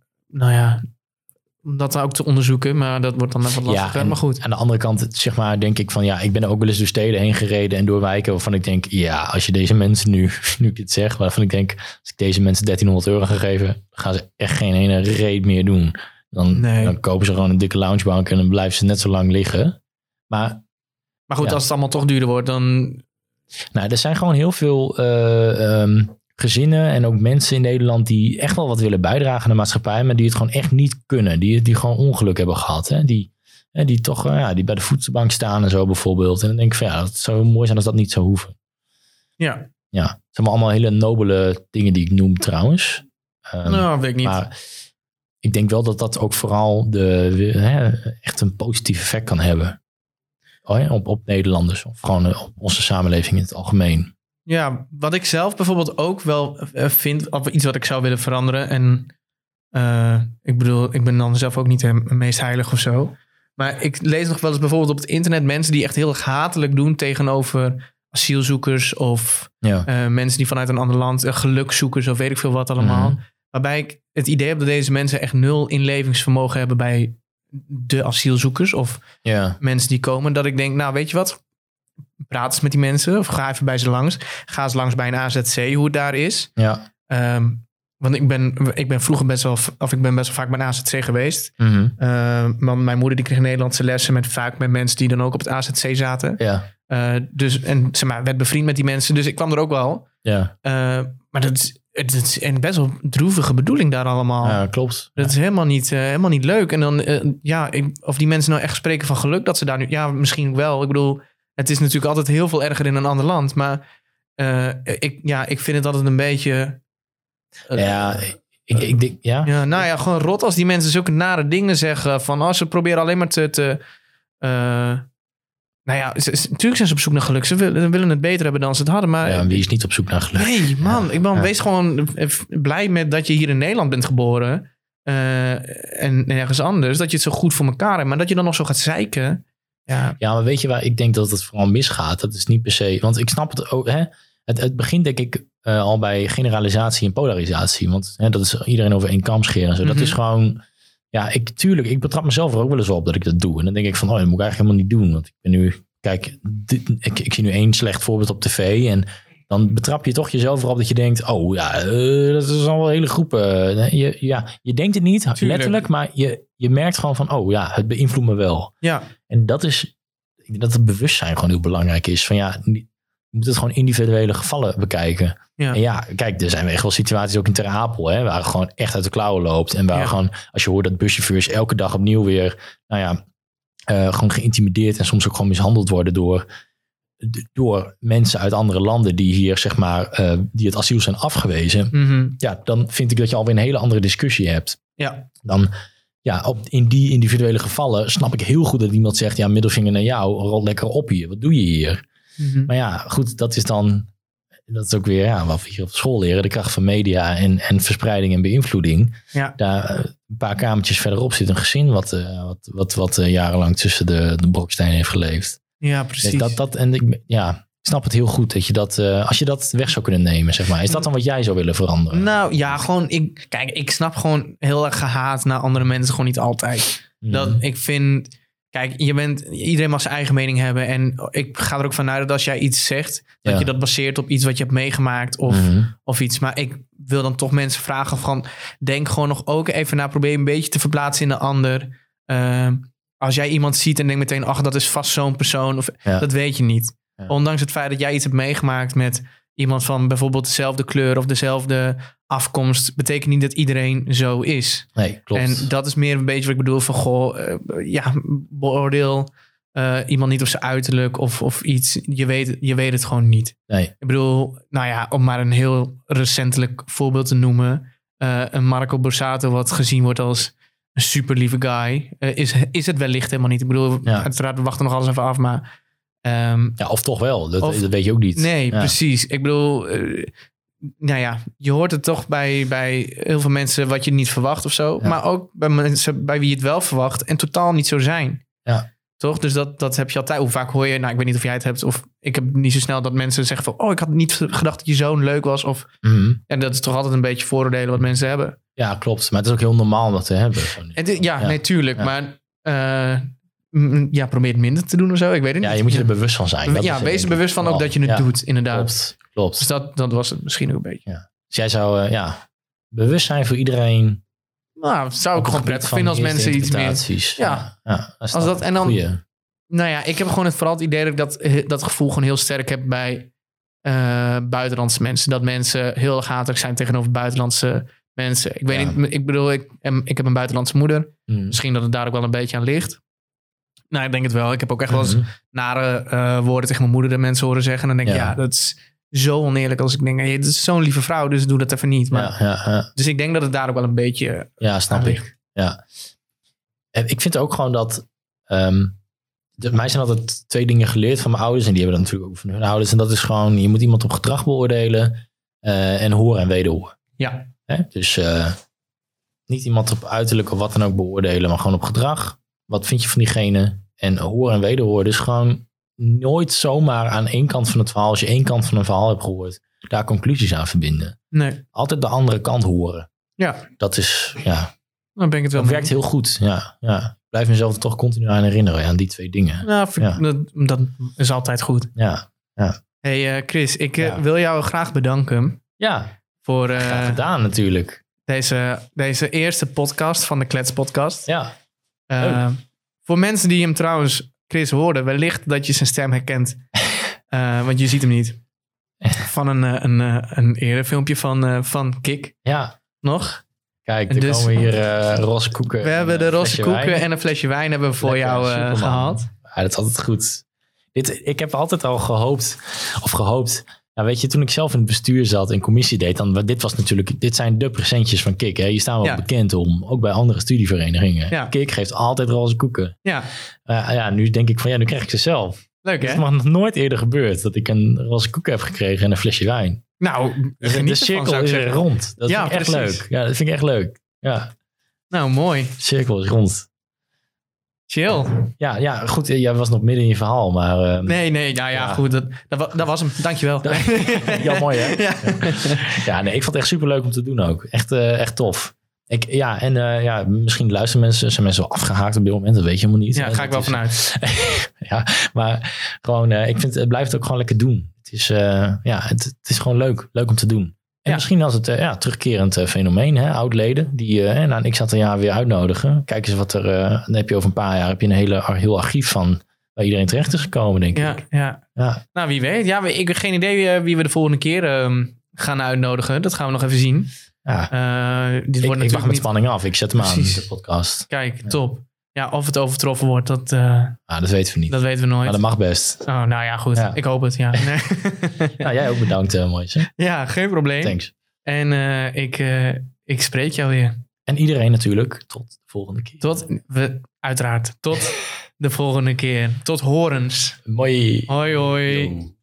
dat ook te onderzoeken. Maar dat wordt dan even lastiger. En maar goed. Aan de andere kant, denk ik van, ik ben er ook wel eens door steden heen gereden en door wijken waarvan ik denk, als je deze mensen nu ik dit zeg, waarvan ik denk, als ik deze mensen €1300 ga geven, gaan ze echt geen ene reet meer doen. Dan kopen ze gewoon een dikke loungebank en dan blijven ze net zo lang liggen. Maar goed, als het allemaal toch duurder wordt, dan... Nou, er zijn gewoon heel veel gezinnen en ook mensen in Nederland die echt wel wat willen bijdragen aan de maatschappij, maar die het gewoon echt niet kunnen. Die gewoon ongeluk hebben gehad. Hè? Die toch die bij de voedselbank staan en zo bijvoorbeeld. En dan denk ik van dat zou mooi zijn als dat niet zou hoeven. Ja. Ja, het zijn allemaal hele nobele dingen die ik noem trouwens. Weet ik niet. Maar ik denk wel dat dat ook vooral echt een positief effect kan hebben. Op Nederlanders. Of gewoon op onze samenleving in het algemeen. Ja, wat ik zelf bijvoorbeeld ook wel vind, of iets wat ik zou willen veranderen. En ik bedoel, ik ben dan zelf ook niet de meest heilig of zo. Maar ik lees nog wel eens bijvoorbeeld op het internet mensen die echt heel erg hatelijk doen tegenover asielzoekers of mensen die vanuit een ander land, gelukzoekers of weet ik veel wat allemaal. Mm-hmm. Waarbij ik het idee heb dat deze mensen echt 0 inlevingsvermogen hebben bij de asielzoekers of mensen die komen. Dat ik denk, nou weet je wat? Praat eens met die mensen of ga even bij ze langs. Ga eens langs bij een AZC, hoe het daar is. Ja. Want ik ben vroeger best wel vaak bij een AZC geweest. Mm-hmm. Want mijn moeder die kreeg Nederlandse lessen vaak met mensen die dan ook op het AZC zaten. Ja. Dus werd bevriend met die mensen. Dus ik kwam er ook wel. Ja. Maar het is een best wel droevige bedoeling daar allemaal. Ja, klopt. Dat is helemaal niet leuk. En dan, of die mensen nou echt spreken van geluk dat ze daar nu... Ja, misschien wel. Ik bedoel, het is natuurlijk altijd heel veel erger in een ander land. Maar ik vind het altijd een beetje... Ik denk, gewoon rot als die mensen zulke nare dingen zeggen. Van, ze proberen alleen maar natuurlijk zijn ze op zoek naar geluk. Ze willen het beter hebben dan ze het hadden. Maar wie is niet op zoek naar geluk? Nee, man. Wees gewoon blij met dat je hier in Nederland bent geboren. En nergens anders. Dat je het zo goed voor elkaar hebt. Maar dat je dan nog zo gaat zeiken. Ja, maar weet je waar ik denk dat het vooral misgaat? Dat is niet per se... Want ik snap het ook... Hè? Het begint denk ik al bij generalisatie en polarisatie. Want dat is iedereen over één kam scheren en zo. Mm-hmm. Dat is gewoon... Ja, ik betrap mezelf er ook wel eens op dat ik dat doe. En dan denk ik van, dat moet ik eigenlijk helemaal niet doen. Want ik ben nu... Kijk, ik zie nu 1 slecht voorbeeld op tv. En dan betrap je toch jezelf erop dat je denkt... dat is al wel een hele groep. Je denkt het niet, letterlijk. Maar je merkt gewoon van, het beïnvloedt me wel. Ja. En dat is... Ik denk dat het bewustzijn gewoon heel belangrijk is. Van moet het gewoon individuele gevallen bekijken. Ja. En ja, kijk, er zijn echt wel situaties ook in Ter Apel, hè, waar het gewoon echt uit de klauwen loopt. En waar gewoon, als je hoort dat buschauffeurs elke dag opnieuw weer, gewoon geïntimideerd en soms ook gewoon mishandeld worden door mensen uit andere landen die hier, zeg maar, die het asiel zijn afgewezen. Mm-hmm. Ja, dan vind ik dat je alweer een hele andere discussie hebt. Ja. Dan, in die individuele gevallen snap ik heel goed dat iemand zegt, ja, middelvinger naar jou, rol lekker op hier. Wat doe je hier? Mm-hmm. Maar ja, goed, dat is ook weer, wat we hier op school leren, de kracht van media en verspreiding en beïnvloeding. Ja. Daar een paar kamertjes verderop zit een gezin wat jarenlang tussen de brokstenen heeft geleefd. Ja, precies. Ik snap het heel goed dat je dat, als je dat weg zou kunnen nemen, zeg maar. Is dat dan wat jij zou willen veranderen? Nou ja, gewoon, ik snap gewoon heel erg gehaat naar andere mensen gewoon niet altijd. Dat ik vind, kijk, iedereen mag zijn eigen mening hebben. En ik ga er ook vanuit dat als jij iets zegt, dat je dat baseert op iets wat je hebt meegemaakt of iets. Maar ik wil dan toch mensen vragen van, denk gewoon nog ook even na, probeer een beetje te verplaatsen in de ander. Als jij iemand ziet en denkt meteen, ach, dat is vast zo'n persoon. Dat weet je niet. Ja. Ondanks het feit dat jij iets hebt meegemaakt met iemand van bijvoorbeeld dezelfde kleur of dezelfde afkomst, betekent niet dat iedereen zo is. Nee, klopt. En dat is meer een beetje wat ik bedoel van, beoordeel iemand niet op zijn uiterlijk of iets. Je weet het gewoon niet. Nee. Ik bedoel, om maar een heel recentelijk voorbeeld te noemen. Een Marco Borsato wat gezien wordt als een super lieve guy. Is het wellicht helemaal niet. Ik bedoel, uiteraard, we wachten nog alles even af, maar of toch wel. Dat weet je ook niet. Nee, precies. Ik bedoel, je hoort het toch bij heel veel mensen wat je niet verwacht of zo. Ja. Maar ook bij mensen bij wie je het wel verwacht en totaal niet zo zijn. Ja. Toch? Dus dat heb je altijd. Hoe vaak hoor je, ik weet niet of jij het hebt of ik heb niet zo snel dat mensen zeggen van, ik had niet gedacht dat je zo'n leuk was. Of, En dat is toch altijd een beetje vooroordelen wat mensen hebben. Ja, klopt. Maar het is ook heel normaal om dat te hebben. Nee, tuurlijk. Ja. Maar probeer het minder te doen of zo. Ik weet het niet. Ja, je moet je er bewust van zijn. Wees er bewust van ook dat je het doet, inderdaad. Klopt. Dus dat was het misschien ook een beetje. Ja. Dus jij zou bewust zijn voor iedereen. Nou, zou ik gewoon prettig vinden als mensen iets meer. Ja. Als dat en dan. Goeie. Ik heb gewoon vooral het idee dat ik dat gevoel gewoon heel sterk heb bij buitenlandse mensen. Dat mensen heel erg hatelijk zijn tegenover buitenlandse mensen. Ik weet niet. Ik bedoel, ik heb een buitenlandse moeder. Misschien dat het daar ook wel een beetje aan ligt. Nou, ik denk het wel. Ik heb ook echt wel eens nare woorden tegen mijn moeder de mensen horen zeggen. En dan denk ik, dat is zo oneerlijk als ik denk, hey, dit is zo'n lieve vrouw, dus doe dat even niet. Maar, Dus ik denk dat het daar ook wel een beetje snap ik. Ja. Ik vind ook gewoon dat mij zijn altijd 2 dingen geleerd van mijn ouders. En die hebben dat natuurlijk ook van hun ouders. En dat is gewoon, je moet iemand op gedrag beoordelen en horen en wederhoren. Ja. Dus niet iemand op uiterlijk of wat dan ook beoordelen, maar gewoon op gedrag. Wat vind je van diegene? En horen en wederhoren. Dus gewoon nooit zomaar aan één kant van het verhaal, als je één kant van een verhaal hebt gehoord, daar conclusies aan verbinden. Nee. Altijd de andere kant horen. Ja. Dat is, dan ben ik het wel. Dat werkt heel goed. Ja. Ik blijf mezelf er toch continu aan herinneren, aan die 2 dingen. Dat is altijd goed. Ja. Hey Chris, ik wil jou graag bedanken. Ja, voor graag gedaan natuurlijk. Deze eerste podcast van de Klets Podcast. Ja. Voor mensen die hem trouwens, Chris, hoorden, wellicht dat je zijn stem herkent. Want je ziet hem niet. Van een eerder filmpje van Kik. Ja. Nog. Kijk, er komen hier roze koeken. We hebben de roze koeken en een flesje wijn hebben we voor jou gehaald. Ja, dat is altijd goed. Ik heb altijd al gehoopt. Nou, weet je, toen ik zelf in het bestuur zat en commissie deed, dit zijn de presentjes van Kik. Hier staan we bekend om, ook bij andere studieverenigingen. Ja. Kik geeft altijd roze koeken. Ja. Nu denk ik van, nu krijg ik ze zelf. Leuk, hè? Het is nog nooit eerder gebeurd dat ik een roze koek heb gekregen en een flesje wijn. Nou, de cirkel is rond. Dat vind ik echt leuk. Ja, dat vind ik echt leuk. Ja. Nou, mooi. De cirkel is rond. Chill. Ja, goed. Jij was nog midden in je verhaal, maar... Nee. Goed. Dat was hem. Dankjewel. Ja, mooi, hè? Ik vond het echt superleuk om te doen ook. Echt tof. Misschien luisteren mensen, zijn mensen wel afgehaakt op dit moment. Dat weet je helemaal niet. Ja, ga ik wel vanuit. Maar gewoon, ik vind het blijft ook gewoon lekker doen. Het is, het is gewoon leuk om te doen. En misschien als het terugkerend fenomeen, oud-leden, die ik zat een jaar weer uitnodigen. Kijk eens wat er, dan heb je over een paar jaar een heel archief van bij iedereen terecht is gekomen, denk ik. Ja. Nou, wie weet. Ja, ik heb geen idee wie we de volgende keer gaan uitnodigen. Dat gaan we nog even zien. Ja. Ik wacht met spanning af. Ik zet hem aan, de podcast. Kijk, top. Ja, of het overtroffen wordt, dat weten we niet. Dat weten we nooit. Maar dat mag best. Oh, nou ja, goed. Ja. Ik hoop het, ja. Nee. Nou, jij ook bedankt, Moise. Ja, geen probleem. Thanks. En ik spreek jou weer. En iedereen natuurlijk. Tot de volgende keer. Uiteraard. Tot de volgende keer. Tot horens. Mooi. Hoi, hoi. Yo.